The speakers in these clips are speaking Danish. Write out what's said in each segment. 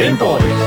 Gameboys.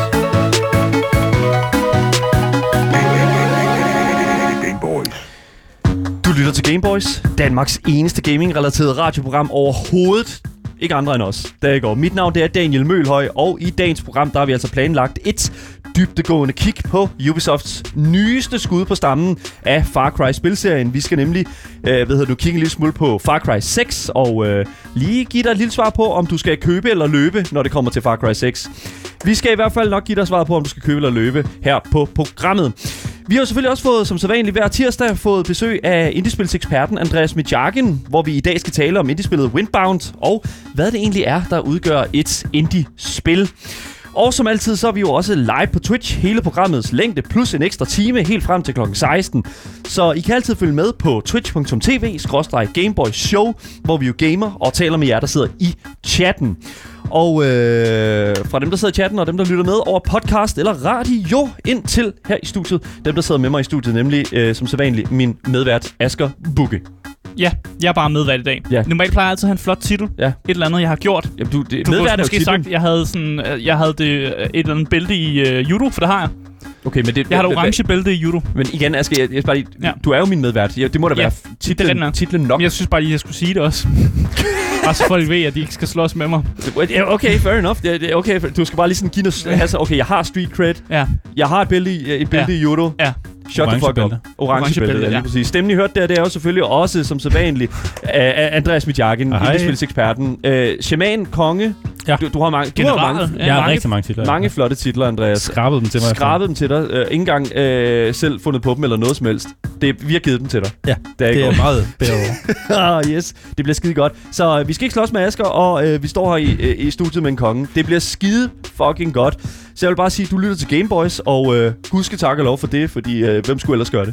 Du lytter til Gameboys, Danmarks eneste gaming-relateret radioprogram overhovedet. Ikke andre end os. Der går. Mit navn det er Daniel Mølhøj, og i dagens program der har vi altså planlagt et dybdegående kig på Ubisofts nyeste skud på stammen af Far Cry-spilserien. Vi skal nemlig kigge en lille smule på Far Cry 6, og lige give dig et lille svar på, om du skal købe eller løbe, når det kommer til Far Cry 6. Vi skal i hvert fald nok give dig svaret på, om du skal købe eller løbe her på programmet. Vi har selvfølgelig også fået, som sædvanligt hver tirsdag, fået besøg af indiespilseksperten Andreas Midjakin, hvor vi i dag skal tale om indiespillet Windbound, og hvad det egentlig er, der udgør et indie-spil. Og som altid, så er vi jo også live på Twitch, hele programmets længde, plus en ekstra time, helt frem til kl. 16. Så I kan altid følge med på twitch.tv/Gameboys Show, hvor vi jo gamer og taler med jer, der sidder i chatten. Og fra dem, der sidder i chatten, og dem, der lytter med over podcast eller radio, ind til her i studiet. Dem, der sidder med mig i studiet, nemlig som sædvanligt min medvært Asger Bugge. Ja, jeg er bare medvært i dag. Ja. Normalt plejer jeg altid at have en flot titel. Ja. Et eller andet, jeg har gjort. Jamen, du medvært er måske sagt, jeg havde det et eller andet bælte i judo, for det har jeg. Okay, men jeg har et orange bælte i judo. Men igen, Asger, jeg bare lige, du er jo min medvært. Det må da være titlen nok. Men jeg synes bare lige, jeg skulle sige det også. Bare så folk ved, at de ikke skal slås med mig. Okay, fair enough. Okay, du skal bare lige sådan give noget... Okay, jeg har street cred. Ja. Jeg har et bælte i judo. Ja. Shut the fuck up. Orange bælte, ja, lige præcis. Stemmen, I hørte der, det er jo selvfølgelig også, som sædvanligt, Andreas Midjakin, indespilseksperten. Shaman, konge. Ja. Du har mange... Jeg har rigtig mange titler. Mange flotte titler, Andreas. Skrabede dem til mig. Skrabede dem til dig. Ikke engang selv fundet på dem eller noget som helst. Vi har givet dem til dig. Ja, det er meget bedre. Yes, det bliver skide godt. Så vi skal ikke slås med Asger, og vi står her i studiet med en konge. Det bliver skide fucking godt. Så jeg vil bare sige, at du lytter til Gameboys, og husk tak og lov for det, fordi hvem skulle ellers gøre det?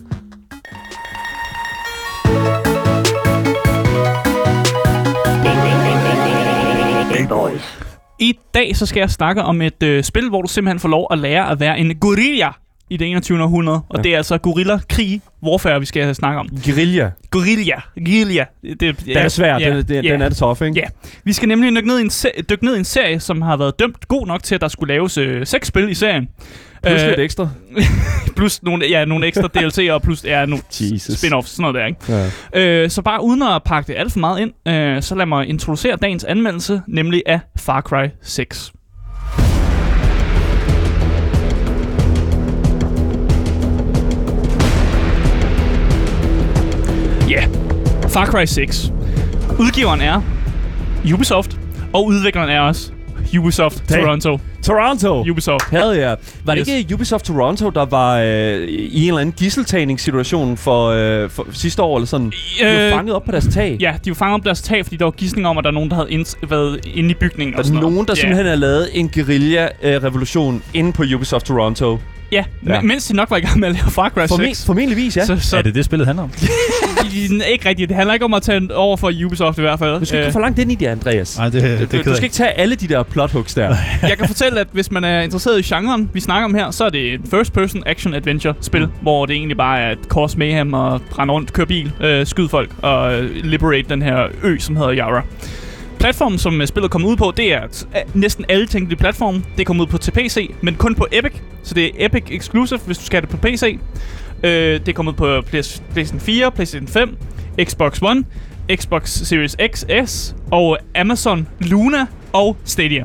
Gameboys. I dag så skal jeg snakke om et spil, hvor du simpelthen får lov at lære at være en guerilla i det 21. århundrede. Og det er altså guerilla-krig, warfare, vi skal snakke om. Guerilla. Det er svært. Den er det tough, ikke? Ja. Vi skal nemlig dykke ned i en serie, som har været dømt god nok til, at der skulle laves 6 spil i serien. Plus lidt ekstra. Plus nogle ekstra DLC'er og plus nogle spin-offs, sådan noget der, ikke? Ja. Så bare uden at pakke det alt for meget ind, så lad mig introducere dagens anmeldelse, nemlig af Far Cry 6. Ja, Far Cry 6. Udgiveren er Ubisoft, og udvikleren er også Ubisoft Toronto. Ubisoft. Hell yeah. Var det ikke Ubisoft Toronto, der var i en eller anden gisseltagningssituation for sidste år, eller sådan? De var fanget op på deres tag. Ja, de var fanget op på deres tag, fordi der var gisning om, at der er nogen, der havde været inde i bygningen. Der er nogen, der simpelthen har lavet en guerilla-revolution inde på Ubisoft Toronto. Ja, mens de nok var i gang med at lave Far Cry 6. Formentligvis, ja. Så er det spillet handler om? Ikke rigtigt. Det handler ikke om at tage over for Ubisoft i hvert fald. Du skal ikke gå for langt ind i det, Andreas. Nej, du skal ikke tage alle de der plot hooks der. Jeg kan fortælle, at hvis man er interesseret i genren, vi snakker om her, så er det et first-person action-adventure-spil, hvor det egentlig bare er et cause mayhem og rende rundt, køre bil, skyde folk og liberate den her ø, som hedder Yara. Platformen, som spillet kommer ud på, det er næsten alle tænkelige platforme. Det kommer ud på til PC, men kun på Epic. Så det er Epic Exclusive, hvis du skal have det på PC. Det kommer ud på PlayStation 4, PlayStation 5, Xbox One, Xbox Series XS og Amazon Luna og Stadia.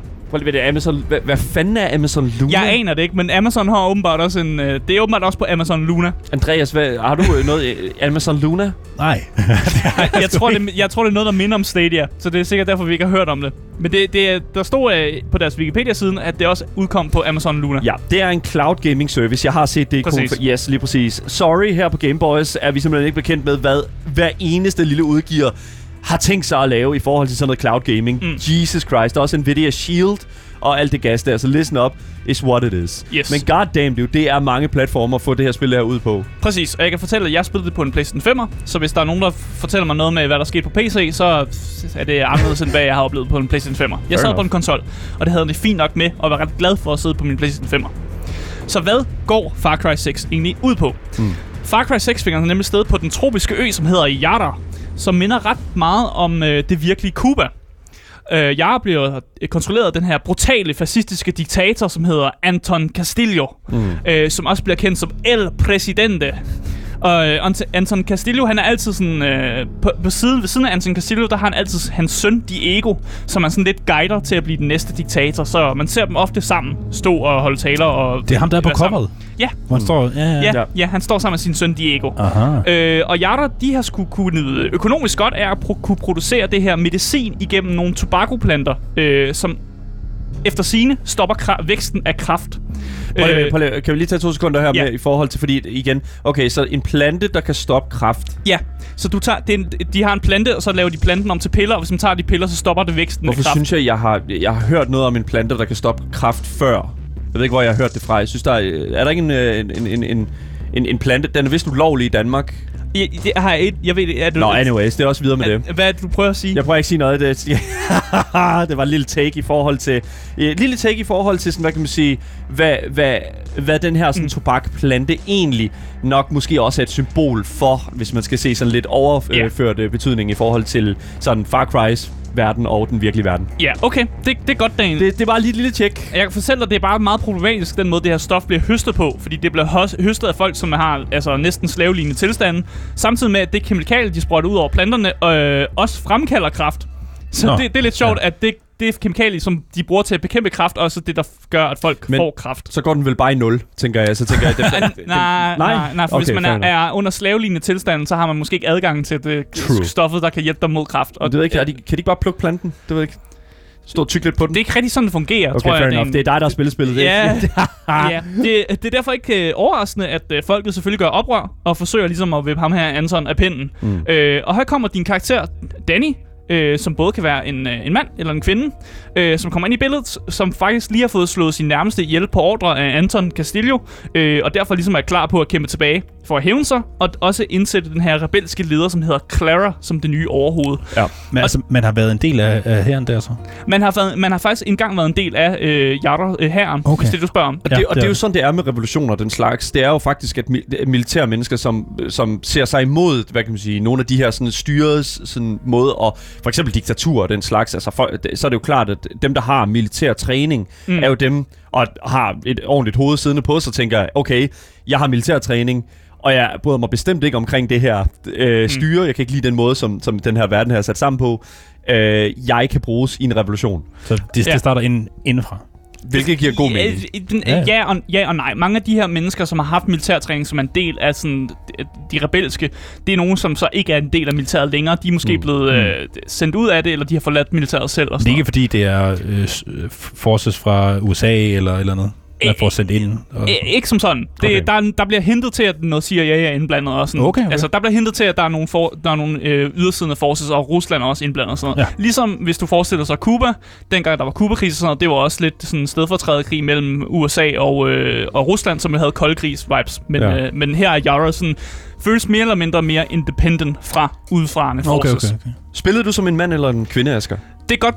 Hvad fanden er Amazon Luna? Jeg aner det ikke, men Amazon har åbenbart også det er åbenbart også på Amazon Luna. Andreas, har du noget Amazon Luna? Nej. jeg tror, det er noget, der minder om Stadia, så det er sikkert derfor, vi ikke har hørt om det. Men der stod på deres Wikipedia-siden, at det også udkom på Amazon Luna. Ja, det er en cloud gaming service. Jeg har set det. Yes, lige præcis. Sorry, her på Gameboys er vi simpelthen ikke bekendt med, hvad hver eneste lille udgiver har tænkt sig at lave i forhold til sådan noget cloud gaming. Jesus Christ. Der er også Nvidia Shield og alt det gas der. Så listen up is what it is. Yes. Men goddamn dude, det er mange platformer at få det her spil her ud på. Præcis. Og jeg kan fortælle, at jeg spillede det på en PlayStation 5'er. Så hvis der er nogen, der fortæller mig noget med, hvad der skete på PC, så er det anderledes end hvad jeg har oplevet på en PlayStation 5'er. Jeg sad på en konsol, og det havde det fint nok med, og var ret glad for at sidde på min PlayStation 5'er. Så hvad går Far Cry 6 egentlig ud på? Far Cry 6 finder nemlig sted på den tropiske ø, som hedder Yara, som minder ret meget om det virkelige Cuba. Yara bliver kontrolleret af den her brutale, fascistiske diktator, som hedder Anton Castillo, som også bliver kendt som El Presidente. Og Anton Castillo, han er altid sådan... ved siden af Anton Castillo, der har han altid hans søn, Diego, som er sådan lidt guider til at blive den næste diktator. Så man ser dem ofte sammen stå og holde taler. Og det er ham, der er på coveret? Ja. Han står, ja, han står sammen med sin søn, Diego. Og Yara, de har skulle kunne nyde økonomisk godt af at kunne producere det her medicin igennem nogle tobacco-planter, som efter sigende stopper væksten af kræft. Kan vi lige tage 2 sekunder her med i forhold til, fordi igen, okay, så en plante, der kan stoppe kræft. Ja, så du tager, de har en plante, og så laver de planten om til piller, og hvis man tager de piller, så stopper det væksten af kræft. Hvorfor synes jeg har hørt noget om en plante, der kan stoppe kræft før? Jeg ved ikke, hvor jeg har hørt det fra. Jeg synes, er der ikke en plante, den er vist ulovlig i Danmark? Jeg ved det. Nå, anyways, det er også videre med det. Hvad er det, du prøver at sige? Jeg prøver ikke at sige noget af det. Det var et lille take i forhold til sådan, hvad kan man sige, hvad den her sådan tobakplante egentlig nok måske også er et symbol for, hvis man skal se sådan lidt overført betydning i forhold til sådan Far Cry's verden og den virkelige verden. Ja, okay. Det er godt, Daniel. Det er bare lige et lille tjek. Jeg kan fortælle dig, det er bare meget problematisk, den måde, det her stof bliver høstet på. Fordi det bliver høstet af folk, som har altså næsten slavelignende tilstande. Samtidig med, at det kemikalie, de sprøjter ud over planterne, også fremkalder kræft. Så det er lidt sjovt, at det kemikalie, som de bruger til at bekæmpe kræft, også det, der gør, at folk får kræft. Så går den vel bare i 0, tænker jeg. Så tænker jeg nej, for okay, hvis man er under slavelignende tilstand, så har man måske ikke adgang til det stoffet, der kan hjælpe dig mod kræft. Og det ved ikke, kan de ikke bare plukke planten? Det ved jeg ikke. Stå og tykke lidt på den. Det er ikke rigtig sådan, det fungerer, okay, tror jeg. Det er dig, der har spillet. Ja, det er derfor ikke overraskende, at folket selvfølgelig gør oprør og forsøger ligesom at vippe ham her Anton af pinden. Og her kommer din karakter, Danny, som både kan være en mand eller en kvinde, som kommer ind i billedet, som faktisk lige har fået slået sin nærmeste ihjel på ordre af Anton Castillo, og derfor ligesom er klar på at kæmpe tilbage for at hævne sig, og også indsætte den her rebelske leder, som hedder Clara, som det nye overhoved. Ja. Men altså, man har været en del af hæren der så? Man har faktisk engang været en del af Yara-hæren, hvis det du spørger om. Og det er jo sådan, det er med revolutioner den slags. Det er jo faktisk, at militære mennesker, som ser sig imod, hvad kan man sige, nogle af de her sådan styredes sådan måde, og for eksempel diktaturer og den slags, altså så er det jo klart, at dem, der har militær træning, er jo dem, og har et ordentligt hoved siddende på, så tænker jeg, okay, jeg har militær træning, og jeg bryder mig bestemt ikke omkring det her styre. Jeg kan ikke lide den måde, som den her verden her er sat sammen på. Jeg kan bruges i en revolution. Så det starter indefra? Hvilket giver god mening. Ja og nej. Mange af de her mennesker, som har haft militærtræning, som er en del af sådan, de rebelske, det er nogen, som så ikke er en del af militæret længere. De er måske blevet sendt ud af det, eller de har forladt militæret selv. Og det er ikke fordi, det er forces fra USA eller noget? Man får sendt ind? Ikke som sådan. Der bliver hintet til, at noget CIA er indblandet. Og sådan. Okay. Altså, der bliver hintet til, at der er nogle ydersiddende forces, og Rusland er også indblandet. Og sådan noget. Ja. Ligesom hvis du forestiller sig Cuba, dengang der var Cuba-krise, sådan noget, det var også lidt sådan en stedfortræderkrig mellem USA og Rusland, som havde koldkrigs-vibes. Men her er Yara sådan, føles mere eller mindre mere independent fra udfarende forces. Okay. Spillede du som en mand eller en kvinde, Asger? Det er godt,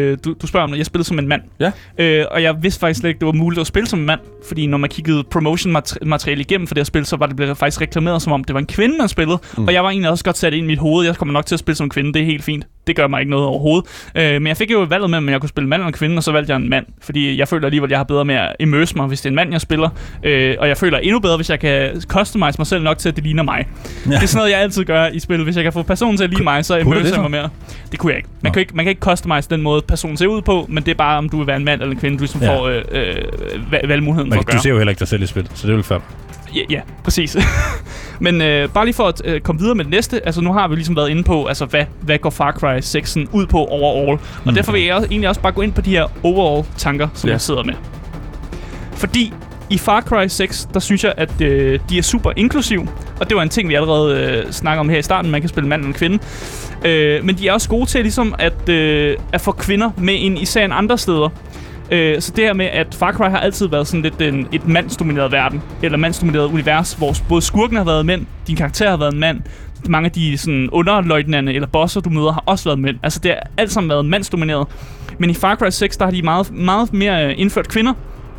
du spørger om det. Jeg spillede som en mand. Ja. Og jeg vidste faktisk slet ikke, det var muligt at spille som en mand. Fordi når man kiggede promotion-materiale igennem for det her spil, så var det faktisk reklameret som om, det var en kvinde, man spillede. Og jeg var egentlig også godt sat ind i mit hoved. Jeg kommer nok til at spille som en kvinde. Det er helt fint. Det gør mig ikke noget overhovedet. Men jeg fik jo valget med, om jeg kunne spille mand eller en kvinde, og så valgte jeg en mand. Fordi jeg føler alligevel, at jeg har bedre med at immerse mig, hvis det er en mand, jeg spiller. Og jeg føler endnu bedre, hvis jeg kan customize mig selv nok til, at det ligner mig. Ja. Det er sådan noget, jeg altid gør i spil. Hvis jeg kan få personen til at ligne mig, så immerse jeg mig mere. Det kunne jeg ikke. Man kan ikke customize den måde, personen ser ud på, men det er bare, om du vil være en mand eller en kvinde, du ligesom får valgmuligheden for at gøre. Du ser jo heller ikke dig selv i spil, så det er jo fair. Ja, præcis. Men bare lige for at komme videre med det næste, altså nu har vi ligesom været inde på, altså hvad går Far Cry 6 ud på overall. Og derfor vil jeg egentlig også bare gå ind på de her overall tanker, som jeg sidder med. Fordi i Far Cry 6, der synes jeg, at de er super inklusiv. Og det var en ting, vi allerede snakker om her i starten. Man kan spille mand eller kvinde. Men de er også gode til ligesom at få kvinder med ind i serien andre steder. Så det her med, at Far Cry har altid været sådan lidt et mandsdomineret verden, eller mandsdomineret univers, hvor både skurken har været mænd, din karakter har været en mand, mange af de sådan underløjtnante eller bosser, du møder, har også været mænd. Altså det har alt sammen været mandsdomineret. Men i Far Cry 6, der har de meget, meget mere indført kvinder.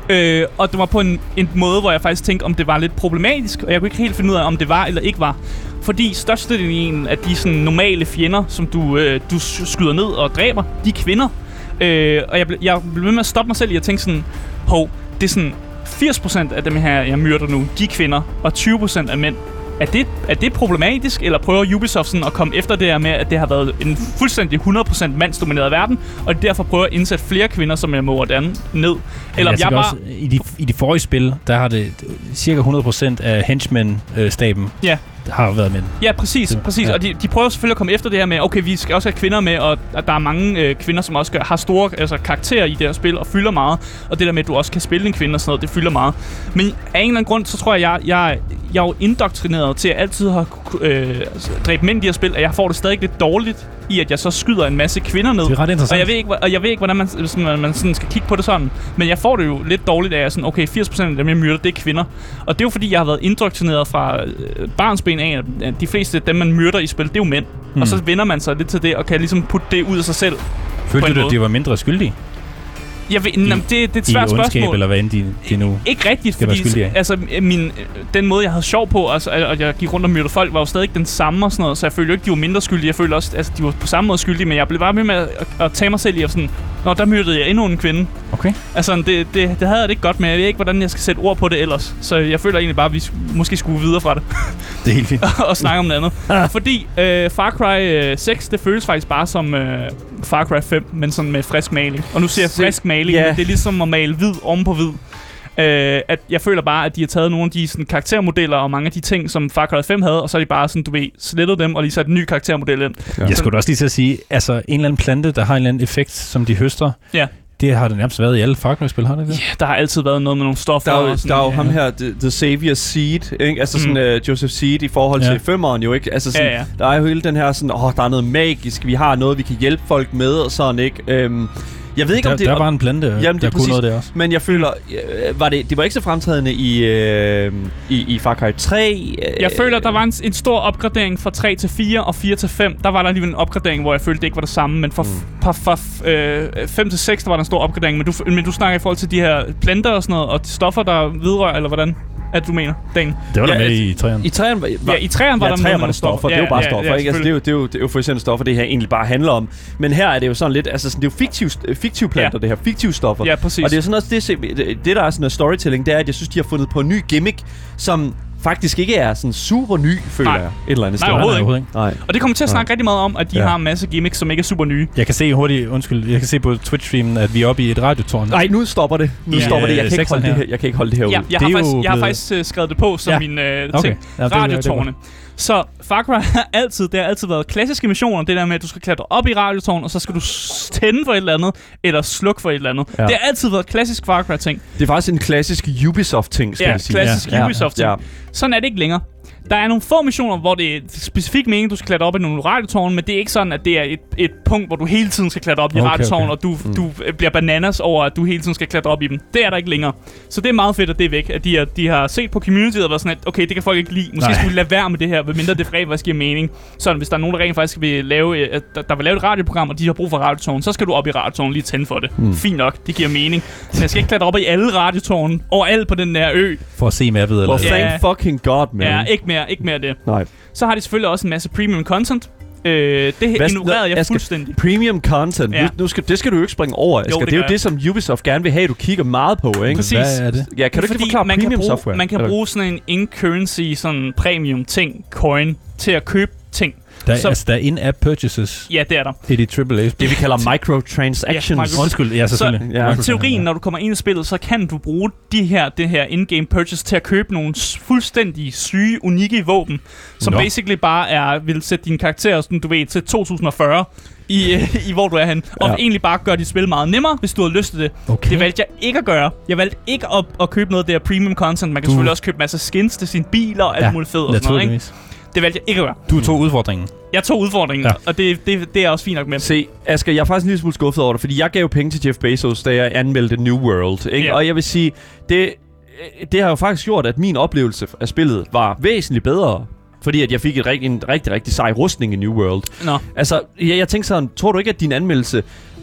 Og det var på en måde, hvor jeg faktisk tænkte, om det var lidt problematisk, og jeg kunne ikke helt finde ud af, om det var eller ikke var. Fordi størstedelen af de sådan normale fjender, som du skyder ned og dræber, de er kvinder. Og jeg blev ved med at stoppe mig selv i at tænke sådan, det er sådan 80% af dem her, jeg myrder nu, de er kvinder, og 20% er mænd. Er det problematisk, eller prøver Ubisoft sådan at komme efter det her med, at det har været en fuldstændig 100% mandsdomineret verden, og derfor prøver at indsætte flere kvinder, som jeg må hvordan ned? Eller jeg bare... Også, i de forrige spil, der har det cirka 100% af henchmen-staben har været mænd. Ja, præcis. Ja. Og de prøver selvfølgelig at komme efter det her med, okay, vi skal også have kvinder med, og der er mange kvinder, som også har store karakterer i det her spil, og fylder meget. Og det der med, at du også kan spille en kvinde og sådan noget, det fylder meget. Men af en eller anden grund, så tror jeg er jo indoktrineret til at altid have dræbt mænd i de her spil, og jeg får det stadig lidt dårligt i, at jeg så skyder en masse kvinder ned. Det er ret interessant. Og jeg ved ikke, hvordan man sådan skal kigge på det sådan. Men jeg får det jo lidt dårligt af, at sådan, okay, 80% af dem, jeg myrder, det er kvinder. Og det er jo fordi, jeg har været indoktrineret fra barnsben af, at de fleste af dem, man myrder i spil, det er jo mænd. Og så vender man sig lidt til det, og kan ligesom putte det ud af sig selv. Følte du, at de var mindre skyldige? Jeg ved, det er et svært spørgsmål. Eller hvad end de nu ikke rigtigt, fordi altså, den måde, jeg havde sjov på, altså, og jeg gik rundt og myrdede folk, var jo stadig den samme og sådan noget, så jeg følte jo ikke, de var mindre skyldige. Jeg følte også, altså, de var på samme måde skyldige, men jeg blev bare med at tage mig selv i, og sådan, der myrdede jeg endnu en kvinde. Okay. Altså, det havde jeg det ikke godt med. Jeg ved ikke, hvordan jeg skal sætte ord på det ellers. Så jeg føler egentlig bare, at vi måske skulle videre fra det. Det er helt fint. Og snakke om noget andet. Fordi Far Cry 6, det føles faktisk bare som Far Cry 5, men sådan med frisk maling. Og nu siger jeg frisk maling, men det er ligesom at male hvid oven på hvid. At jeg føler bare, at de har taget nogle af de sådan, karaktermodeller og mange af de ting, som Far Cry 5 havde, og så har de bare sådan, slettet dem og lige sat en ny karaktermodel ind. Ja. Jeg skulle også lige til at sige, altså en eller anden plante, der har en eller anden effekt, som de høster. Ja. Det har det nærmest været i alle Far Cry-spil, har det det? Ja, der har altid været noget med nogle stoffer. Der er jo ham her, The Savior Seed, ikke? Altså sådan Joseph Seed i forhold til femmeren jo, ikke? Altså sådan, der er jo hele den her sådan, der er noget magisk, vi har noget, vi kan hjælpe folk med, og sådan, ikke? Jeg ved ikke, om det... Der var en plante, der kunne noget der også. Men jeg føler... Det var ikke så fremtrædende i Far Cry 3? Jeg føler, der var en stor opgradering fra 3 til 4 og 4 til 5. Der var der alligevel en opgradering, hvor jeg følte, det ikke var det samme. Men fra 5 til 6, der var der en stor opgradering. Men du snakker i forhold til de her planter og sådan noget, og de stoffer, der vedrører, eller hvordan? At du mener, Dan? Det var der med i 3'eren. I 3'eren var der stoffer. Det er jo bare stoffer, ikke? Altså, det er jo for eksempel stoffer, det her egentlig bare handler om. Men her er det jo sådan lidt, altså sådan, det er jo fiktive planter, det her. Fiktive stoffer. Ja, præcis. Og det er sådan også det der er sådan en storytelling, det er, at jeg synes, de har fundet på en ny gimmick, som faktisk ikke er sådan super ny, føler jeg. Et eller andet sted. Nej, overhovedet ikke. Nej. Og det kommer til at snakke rigtig meget om, at de har en masse gimmicks, som ikke er super nye. Jeg kan se jeg kan se på Twitch-streamen, at vi er oppe i et radiotårn. Nej, nu stopper det. Jeg kan ikke holde det her ud. Jeg har faktisk skrevet det på som min ting. Radiotårne. Så Far Cry har altid været klassiske missioner, det der med, at du skal klatre op i radiotårn, og så skal du tænde for et eller andet, eller slukke for et eller andet. Ja. Det har altid været klassisk Far Cry-ting. Det er faktisk en klassisk Ubisoft-ting, skal jeg sige. Klassisk Ubisoft-ting. Ja. Sådan er det ikke længere. Der er nogle få missioner, hvor det er specifikt meningen, du skal klatre op i nogle radiotårne, men det er ikke sådan, at det er et punkt, hvor du hele tiden skal klatre op i radiotårne, og du bliver bananas over, at du hele tiden skal klatre op i dem. Det er der ikke længere. Så det er meget fedt, at det er væk. At de har set på communityet og været sådan, at okay, det kan folk ikke lide. Måske skulle vi lade være med det her, medmindre det rent faktisk giver mening. Sådan, hvis der er nogen, der rent faktisk vil lave, der vil lave et radioprogram, og de har brug for radiotårne, så skal du op i radiotårne lige tænde for det. Fint nok, det giver mening. Men jeg skal ikke klatre op i alle radiotårne, overalt på den der ø. For at se mappet eller thank fucking god, man. Ja, ikke mere det. Nej. Så har de selvfølgelig også en masse premium content. Det ignorerede jeg fuldstændig. Premium content. Ja. Det skal du jo ikke springe over. Jo, det er jo det, som Ubisoft gerne vil have, du kigger meget på, ikke? Præcis. Hvad er det? Ja, kan du ikke forklare premium software? Man kan bruge sådan en in-currency, sådan premium ting, coin, til at købe ting. Der er in-app purchases. Ja, det er der. Det er de AAA. Det vi kalder microtransactions. Undskyld, ja, selvfølgelig. Så i teorien, når du kommer ind i spillet, så kan du bruge det her in-game purchase til at købe nogle fuldstændig syge, unikke våben, som basically bare vil sætte dine karakterer, sådan, du ved, til 2040. I hvor du er hen. Og egentlig bare gøre dit spil meget nemmere, hvis du har lyst til det. Okay. Det valgte jeg ikke at gøre. Jeg valgte ikke at købe noget der premium content. Man kan selvfølgelig også købe masser af skins til sine biler og alt muligt fedt og sådan noget, ikke? Det valgte jeg ikke at gøre. Du tog udfordringen. Jeg tog udfordringen, og det er også fint nok med. Se, Asger, jeg er faktisk en lille smule skuffet over det, fordi jeg gav jo penge til Jeff Bezos, da jeg anmeldte New World, ikke? Yeah. Og jeg vil sige, det har jo faktisk gjort, at min oplevelse af spillet var væsentligt bedre. Fordi at jeg fik en rigtig sej rustning i New World. Altså, jeg tænkte sådan, tror du ikke, at din anmeldelse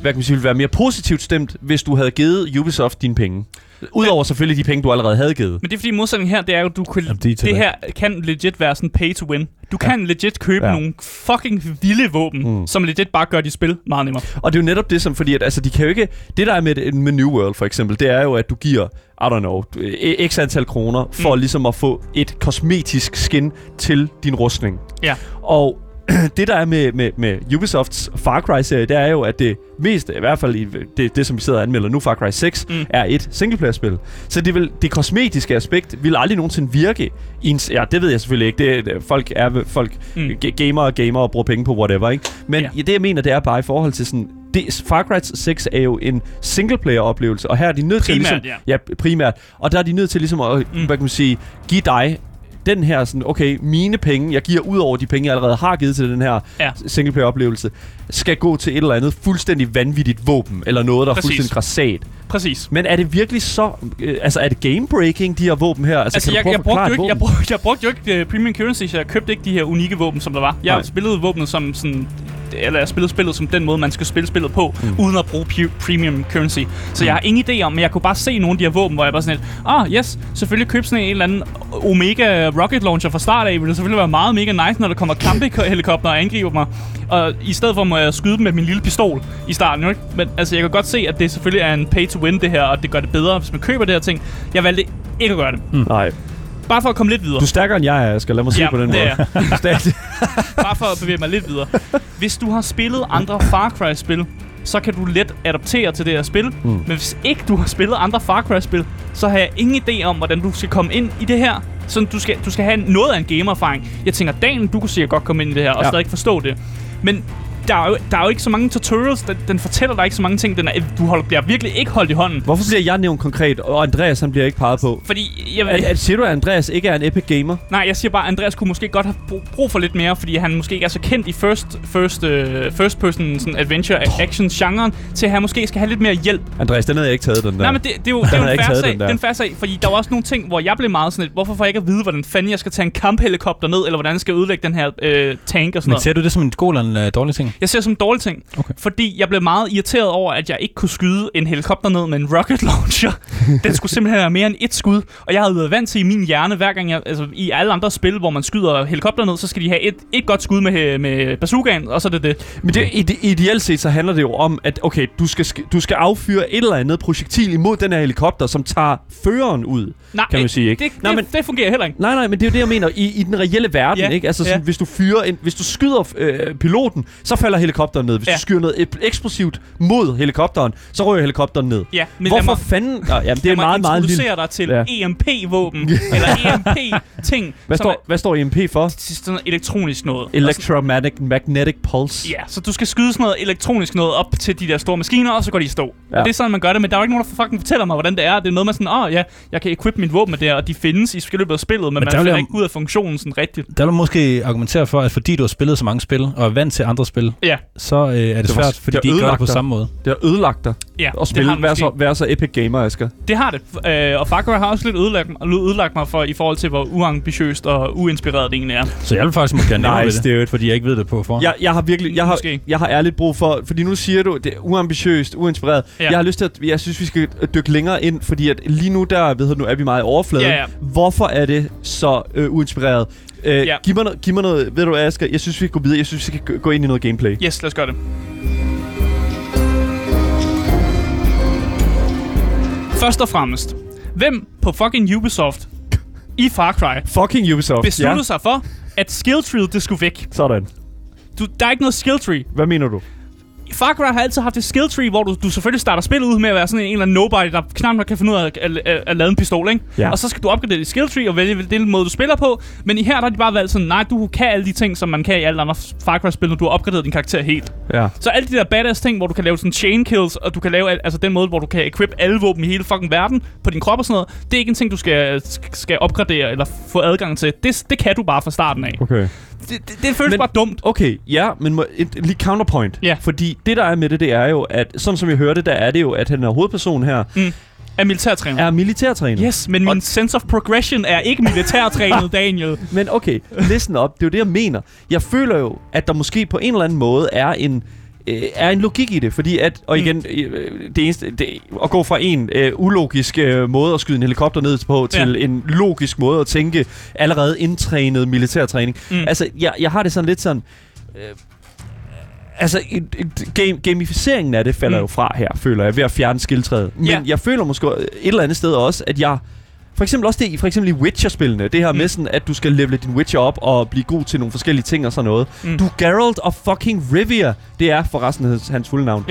hvad kan man sige, ville være mere positivt stemt, hvis du havde givet Ubisoft dine penge. Udover selvfølgelig de penge, du allerede havde givet. Men det er fordi modsætningen her, det er jo, det her kan legit være sådan pay to win. Du kan legit købe nogle fucking vilde våben, som legit bare gør de spil meget nemmere. Og det er jo netop det, som fordi, at altså, de kan jo ikke... Det der er med New World for eksempel, det er jo, at du giver, I don't know, x antal kroner for ligesom at få et kosmetisk skin til din rustning. Ja. Og det der er med Ubisofts Far Cry-serie, det er jo, at det meste, i hvert fald det som vi sidder og anmelder nu, Far Cry 6, er et singleplayer-spil. Så det kosmetiske aspekt vil aldrig nogensinde virke i en... Ja, det ved jeg selvfølgelig ikke. Folk gamer og bruger penge på whatever, ikke? Men det, jeg mener, det er bare i forhold til sådan... Far Cry 6 er jo en singleplayer-oplevelse, og her er de nødt til ligesom... Ja, primært. Og der er de nødt til ligesom at, hvad kan man sige, give dig den her sådan, okay, mine penge, jeg giver ud over de penge, jeg allerede har givet til den her singleplayer-oplevelse, skal gå til et eller andet fuldstændig vanvittigt våben, eller noget, der er fuldstændig grassat. Præcis. Men er det virkelig så... altså, er det game-breaking, de her våben her? Altså jeg brugte jo ikke premium currency, så jeg købte ikke de her unikke våben, som der var. Jeg spillede våbnet som sådan... Eller jeg spillede spillet som den måde, man skal spille spillet på, uden at bruge premium currency. Så jeg har ingen idé om, men jeg kunne bare se nogle af de her våben, hvor jeg bare sådan lidt, selvfølgelig købe sådan en eller anden Omega rocket launcher fra start af, vil det selvfølgelig være meget mega nice, når der kommer kampehelikopter og angriber mig. Og i stedet for må jeg skyde dem med min lille pistol i starten, ikke? Men altså, jeg kan godt se, at det selvfølgelig er en pay to win det her, og det gør det bedre, hvis man køber det her ting. Jeg valgte ikke at gøre det. Nej. Bare for at komme lidt videre. Du er stærkere end jeg er, Asger. Lad mig sige på den måde. Bare for at bevæge mig lidt videre. Hvis du har spillet andre Far Cry-spil, så kan du let adaptere til det her spil. Men hvis ikke du har spillet andre Far Cry-spil, så har jeg ingen idé om, hvordan du skal komme ind i det her. Så du skal have noget af en gamer-erfaring. Jeg tænker, Daniel, du kunne sikkert godt komme ind i det her, og stadig forstå det. Men der er jo ikke så mange tutorials. Den fortæller dig ikke så mange ting. Du bliver virkelig ikke holdt i hånden. Hvorfor bliver jeg nævnt konkret, og Andreas han bliver ikke peget på? Fordi siger du, at Andreas ikke er en epic gamer? Nej, jeg siger bare, at Andreas kunne måske godt have brug for lidt mere, fordi han måske ikke er så kendt i first person sådan adventure action genren, til at han måske skal have lidt mere hjælp. Andreas, den havde jeg ikke taget, den der. Nej, men det er jo en fair sag. Det er en fair sag, fordi der var også nogle ting, hvor jeg blev meget sådan lidt, hvorfor får jeg ikke at vide, hvordan fanden jeg skal tage en kamphelikopter ned, eller hvordan jeg skal udlægge den her tank og sådan noget. Men ser du det som en god eller en dårlig ting? Jeg ser det som en dårlig ting. Okay. Fordi jeg blev meget irriteret over, at jeg ikke kunne skyde en helikopter ned med en rocket launcher. Den skulle simpelthen have mere end et skud. Og jeg havde været vant til i min hjerne, hver gang i alle andre spil, hvor man skyder helikopter ned, så skal de have et godt skud med bazookaen, og så er det. Men ideelt set, så handler det jo om, at okay, du skal affyre et eller andet projektil imod den her helikopter, som tager føreren ud. Nej, kan man sige, ikke? Det fungerer heller ikke. Nej, men det er jo det, jeg mener. I den reelle verden, ikke? Altså, sådan, hvis du skyder piloten, så falder helikopteren ned. Hvis du skyder noget eksplosivt mod helikopteren, så rører helikopteren ned. Ja, men hvorfor fanden? Jamen, det er meget, meget lille. Introducerer dig til EMP-våben, eller EMP-ting. Hvad står EMP for? Sådan noget elektronisk noget. Electromagnetic Pulse. Ja, så du skal skyde sådan noget elektronisk noget op til de der store maskiner, og så går de i stå. Ja. Og det er sådan, man gør det, men der er jo ikke nogen, der fucking fortæller mig, hvordan det er. Det er noget med sådan, jeg kan equip mit våben med det, og de findes i løbet af spillet, men man finder ikke ud af funktionen sådan rigtigt. Der vil måske argumentere for, at fordi du har spillet så mange spil, og er vant til andre spil, så er det svært, fordi de ikke gør det på samme måde. Det har ødelagt dig at spille, være så epic gamer, Asger. Det har det. Og Far Cry har også lidt ødelagt mig for, i forhold til, hvor uambitiøst og uinspireret det egentlig er. Så jeg vil faktisk måske gerne nice, det, fordi jeg ikke ved det på forhånd. Jeg har ærligt brug for, fordi nu siger du, det er uambitiøst, uinspireret. Ja. Jeg har lyst til jeg synes, vi skal dykke længere ind, fordi at lige nu, nu er vi meget i overfladen. Ja. Hvorfor er det så uinspireret? Giv mig noget, ved du, Asger, jeg synes, vi skal gå videre. Jeg synes, vi skal gå ind i noget gameplay. Yes, lad os gøre det. Først og fremmest, hvem på fucking Ubisoft i Far Cry besluttede sig for, at skill tree det skulle væk? Sådan. Der er ikke noget skill tree. Hvad mener du? Far Cry har altid haft et skill tree, hvor du selvfølgelig starter spillet ud med at være sådan en eller anden nobody, der knap nok kan finde ud af at lave en pistol, ikke? Ja. Og så skal du opgradere dit skill tree og vælge den måde, du spiller på. Men i her der har de bare valgt sådan, nej, du kan alle de ting, som man kan i alle andre Far Cry-spil, når du har opgraderet din karakter helt. Ja. Så alle de der badass ting, hvor du kan lave sådan chain kills, og du kan lave den måde, hvor du kan equip alle våben i hele fucking verden på din krop og sådan noget, det er ikke en ting, du skal opgradere eller få adgang til. Det kan du bare fra starten af. Okay. Det føles bare dumt. Okay, ja, men lige counterpoint. Ja. Fordi det, der er med det er jo, at sådan som jeg hørte, der er det jo, at han er hovedpersonen her. Er militærtræner. Yes, men min sense of progression er ikke militærtrænet, Daniel. Men okay, listen up. Det er jo det, jeg mener. Jeg føler jo, at der måske på en eller anden måde er er en logik i det, fordi og igen, det eneste, at gå fra en ulogisk måde at skyde en helikopter ned på, til en logisk måde at tænke allerede indtrænet militærtræning. Altså, jeg har det sådan lidt sådan... Altså, gamificeringen af det falder jo fra her, føler jeg, ved at fjerne skilltræet. Men jeg føler måske et eller andet sted også, at jeg... For eksempel også det, for eksempel i Witcher-spillene, det her med sådan, at du skal levele din Witcher op og blive god til nogle forskellige ting og sådan noget. Du er Geralt of fucking Rivia. Det er forresten hans fulde navn.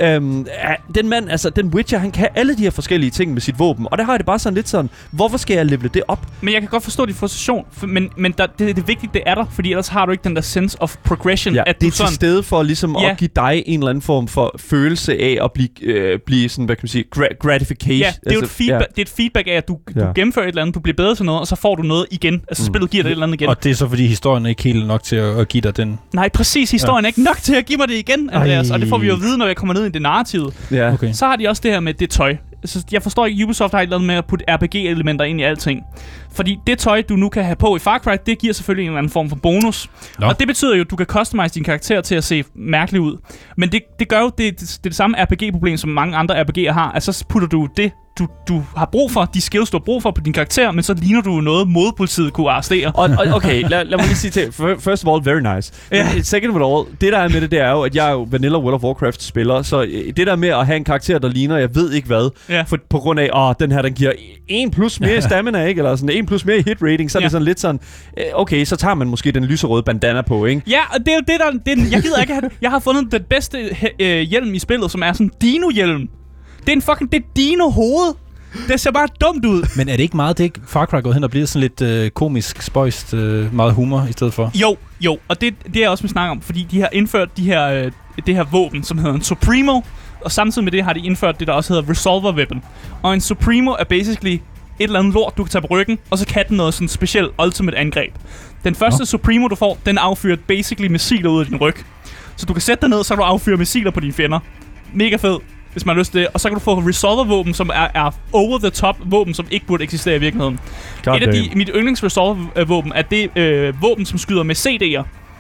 Den mand, altså den Witcher, han kan alle de her forskellige ting med sit våben. Og der har jeg det bare sådan lidt sådan, hvorfor skal jeg levele det op? Men jeg kan godt forstå din frustration, men det vigtige, det er der, fordi ellers har du ikke den der sense of progression. At det er sådan, til stede for ligesom at give dig en eller anden form for følelse af at blive sådan, hvad kan man sige, gratification. Ja, det er jo det er et feedback af, at du gennemfører et eller andet, du bliver bedre til noget, og så får du noget igen. Altså spillet giver dig et eller andet igen. Og det er så fordi historien er ikke helt nok til at give dig den... Nej, præcis. Historien er ikke nok til at give mig det igen, Andreas. Og det får vi jo at vide, når jeg kommer ned i det narrativ. Okay. Så har de også det her med det tøj. Så jeg forstår ikke, Ubisoft har et eller andet med at putte RPG-elementer ind i alting. Fordi det tøj, du nu kan have på i Far Cry, det giver selvfølgelig en eller anden form for bonus. Og det betyder jo, at du kan customize din karakter til at se mærkelig ud. Men det gør jo, det er det samme RPG-problem, som mange andre RPG'er har. Altså, så putter du det, du har brug for, de skills, du har brug for på din karakter, men så ligner du noget, modpolitiet kunne arrestere. Okay, lad mig lige sige til. First of all, very nice. Men second of all, det der er med det er jo, at jeg er jo vanilla World of Warcraft-spiller, så det der med at have en karakter, der ligner, jeg ved ikke hvad, for på grund af, den her, den giver 1 plus mere stamina, ikke? Eller sådan 1 plus mere hit rating, så er det sådan lidt sådan, okay, så tager man måske den lyserøde bandana på, ikke? Ja, og det er jo det, der... jeg gider ikke have... Jeg har fundet den bedste hjelm i spillet, som er sådan en dino-hjelm. Det er en fucking... Det er dino-hoved. Det ser bare dumt ud. Men er det ikke meget, det ikke Far Cry gået hen og bliver sådan lidt komisk, spøjst, meget humor i stedet for? Jo. Og det er jeg også med snak om, fordi de har indført det her våben, som hedder en Supremo, og samtidig med det har de indført det, der også hedder Resolver Weapon. Og en Supremo er basically et eller andet lort, du kan tage på ryggen, og så kan den noget sådan specielt ultimate angreb. Den første Supremo, du får, den affyrer basically missiler ud af din ryg. Så du kan sætte dig ned, så kan du affyre missiler på dine fjender. Mega fed, hvis man har lyst til det. Og så kan du få Resolver-våben, som er over-the-top våben, som ikke burde eksistere i virkeligheden. Mit yndlings-Resolver-våben er det våben, som skyder med CD'er.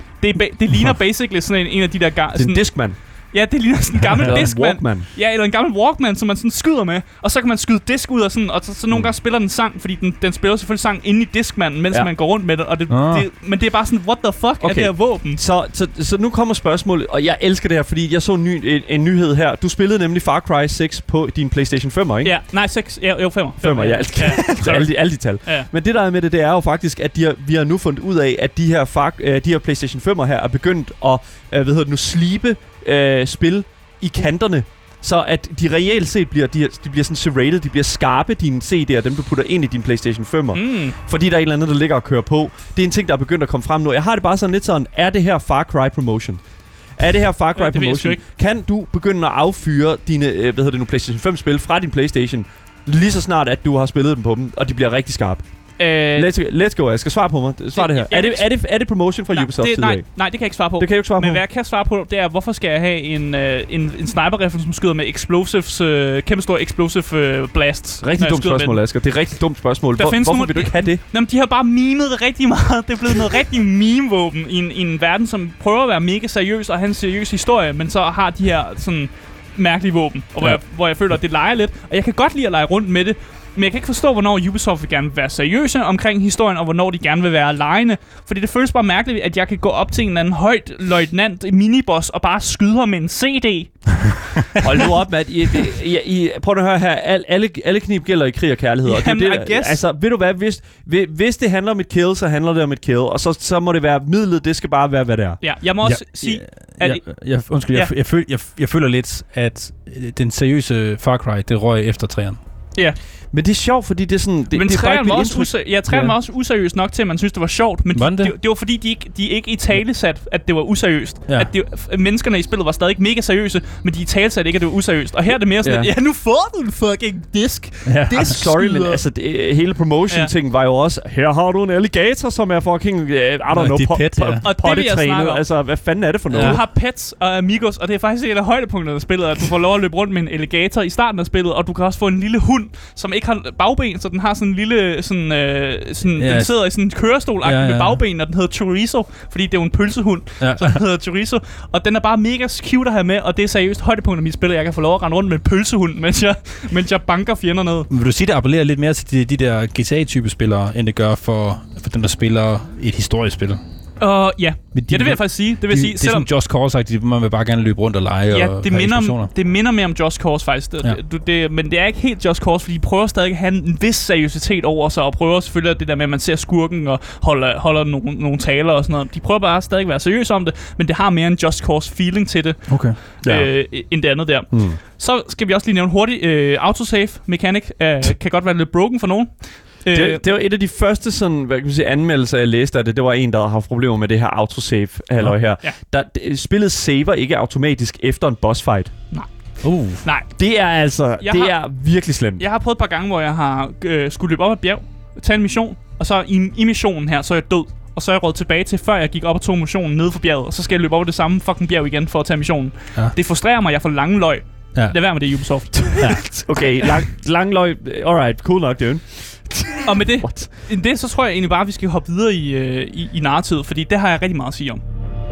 Det ligner basically sådan en af de der... Det er en Discman. Ja, det ligner sådan en gammel Discman. Walkman. Ja, eller en gammel Walkman, som man sådan skyder med. Og så kan man skyde disk ud og sådan, og så nogle gange spiller den sang, fordi den spiller selvfølgelig sang inde i Discmanen, mens man går rundt med det. Og men det er bare sådan, what the fuck er det her våben? Så nu kommer spørgsmålet, og jeg elsker det her, fordi jeg så en nyhed her. Du spillede nemlig Far Cry 6 på din PlayStation 5, ikke? Ja, nej, 6. Ja, jo, 5. 5, ja. Alle de tal. Ja. Men det der er med det er jo faktisk, at vi har nu fundet ud af, at de her PlayStation 5'er her er begyndt at, slibe spil i kanterne, så at de reelt set bliver sådan serrated, de bliver skarpe, dine CD'er, dem du putter ind i din PlayStation 5'er. Fordi der er et eller andet, der ligger og kører på. Det er en ting, der er begyndt at komme frem nu. Jeg har det bare sådan lidt sådan, er det her Far Cry promotion? Er det her Far Cry promotion? Kan du begynde at affyre dine PlayStation 5-spil fra din PlayStation, lige så snart, at du har spillet dem på dem, og de bliver rigtig skarpe? Let's go, jeg skal svare på mig. Svar det her. Er det promotion fra Ubisoft? Nej, det kan jeg ikke svare på. Det kan jeg ikke svare på. Men hvad jeg kan svare på, det er, hvorfor skal jeg have en sniper-rifle, som skyder med explosives, kæmpe store explosive blasts? Rigtig dumt spørgsmål, Asger. Det er et rigtig dumt spørgsmål. Hvorfor vil du ikke have det? Jamen, de har bare mimet det rigtig meget. Det er blevet noget rigtig meme-våben i en verden, som prøver at være mega seriøs og have en seriøs historie, men så har de her sådan mærkelige våben, og hvor jeg føler, at det leger lidt. Og jeg kan godt lide at lege rundt med det, men jeg kan ikke forstå, hvornår Ubisoft vil gerne være seriøse omkring historien, og hvornår de gerne vil være legende. Fordi det føles bare mærkeligt, at jeg kan gå op til en eller anden højt løjtnant miniboss og bare skyde ham med en CD. Hold nu op, Matt. Prøv at høre her. Alle knib gælder i krig og kærlighed. Jamen, og det, altså, ved du hvad? Hvis det handler om et kill, så handler det om et kill. Og så må det være midlet. Det skal bare være, hvad det er. Ja, jeg må også sige... Jeg føler lidt, at den seriøse Far Cry, det røg efter træerne. Ja. Men det er sjovt, fordi det er sådan... Men træerne var også useriøst nok til, at man synes, det var sjovt. Men det var fordi, de ikke i tale sat, at det var useriøst. Ja. At menneskerne i spillet var stadig mega seriøse, men de i tale sat ikke, at det var useriøst. Og her er det mere sådan, nu får du en fucking disk. Ja. Sorry, men altså, hele promotion-ting var jo også, her har du en alligator, som er fucking, pottetrænet. Altså, hvad fanden er det for noget? Du har pets og amigos, og det er faktisk et af højdepunkterne af spillet, at du får lov at løbe rundt med en alligator i starten af spillet, og du kan også få en lille hund hund, som ikke har bagben, så den har sådan en lille, den sidder i sådan en kørestol med bagben, og den hedder Chorizo, fordi det er jo en pølsehund, så den hedder Chorizo, og den er bare mega cute at have med, og det er seriøst højdepunkt af mit spil, jeg kan få lov at rende rundt med en pølsehund, mens jeg banker fjender ned. Vil du sige, det appellerer lidt mere til de der GTA-type spillere, end det gør for dem, der spiller et historisk spil? Ja, det vil jeg faktisk sige. Det vil sige, det er sådan Just Cause-agtigt, man vil bare gerne løbe rundt og lege og det minder mere om Just Cause faktisk. Men det er ikke helt Just Cause, fordi de prøver stadig at have en vis seriøsitet over sig, og prøver selvfølgelig det der med, at man ser skurken og holder nogle taler og sådan noget. De prøver bare stadig at være seriøse om det, men det har mere en Just Cause-feeling til det, end det andet der. Så skal vi også lige nævne hurtigt, autosave mechanic kan godt være lidt broken for nogen. Det var et af de første sådan, hvad kan man sige, anmeldelser, jeg læste af det. Det var en, der havde haft problemer med det her autosave-halløj her. Ja. Spillet saver ikke automatisk efter en boss fight. Nej. Det er altså, er virkelig slemt. Jeg har prøvet et par gange, hvor jeg har skulle løbe op ad et bjerg, tage en mission, og så i missionen her, så er jeg død. Og så er jeg råd tilbage til, før jeg gik op og tog missionen nede for bjerget, og så skal jeg løbe over det samme fucking bjerg igen for at tage missionen. Ja. Det frustrerer mig, jeg får lange løg. Ja. Lad være med det, Ubisoft. Okay, lang løg. Alright, cool nok, dude. Og med det, så tror jeg egentlig bare, at vi skal hoppe videre i narrativet, fordi det har jeg rigtig meget at sige om.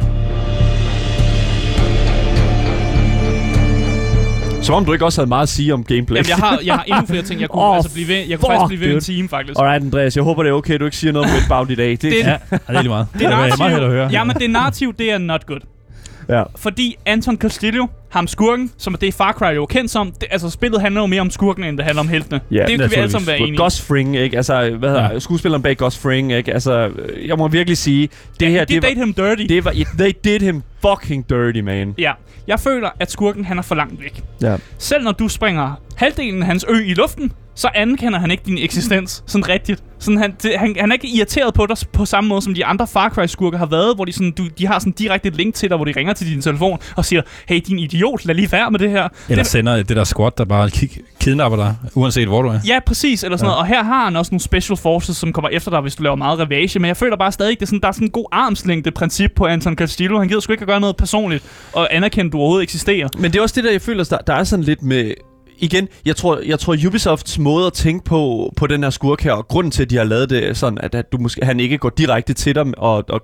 Som om du ikke også havde meget at sige om gameplay. Jamen, jeg har endnu flere ting, jeg kunne blive ved. Jeg kunne faktisk blive ved en time, faktisk. Alright, Andreas, jeg håber, det er okay, du ikke siger noget om Earthbound i dag. Det er lige meget. Det er meget at høre. Jamen, det narrativ, det er not good. Ja. Fordi Anton Castillo, ham skurken, som det Far Cry jo kendt som, spillet handler jo mere om skurken, end det handler om heltene. Ja, det kan vi alle sammen være enige i. Gus Fring, ikke? Altså, hvad hedder skuespilleren bag Gus Fring, ikke? Altså, jeg må virkelig sige, det her... They did him dirty. They did him fucking dirty, man. Ja. Jeg føler, at skurken, han er for langt væk. Ja. Selv når du springer halvdelen af hans ø i luften, så anerkender han ikke din eksistens sådan rigtigt. Sådan, han er ikke irriteret på dig på samme måde, som de andre Far Cry-skurke har været, hvor de har sådan direkte et link til dig, hvor de ringer til din telefon og siger, hey, din idiot, lad lige være med det her. Eller sender det der squad, der bare kidnapper dig, uanset hvor du er. Ja, præcis. Eller sådan noget. Og her har han også nogle special forces, som kommer efter dig, hvis du laver meget ravage. Men jeg føler bare stadig, der er sådan en god armslængde-princip på Anton Castillo. Han gider sgu ikke at gøre noget personligt og anerkende, at du overhovedet eksisterer. Men det er også det, der jeg føler, der er sådan lidt med... Igen, jeg tror Ubisofts måde at tænke på den her skurk her, og grunden til, at de har lavet det sådan, at han ikke går direkte til dem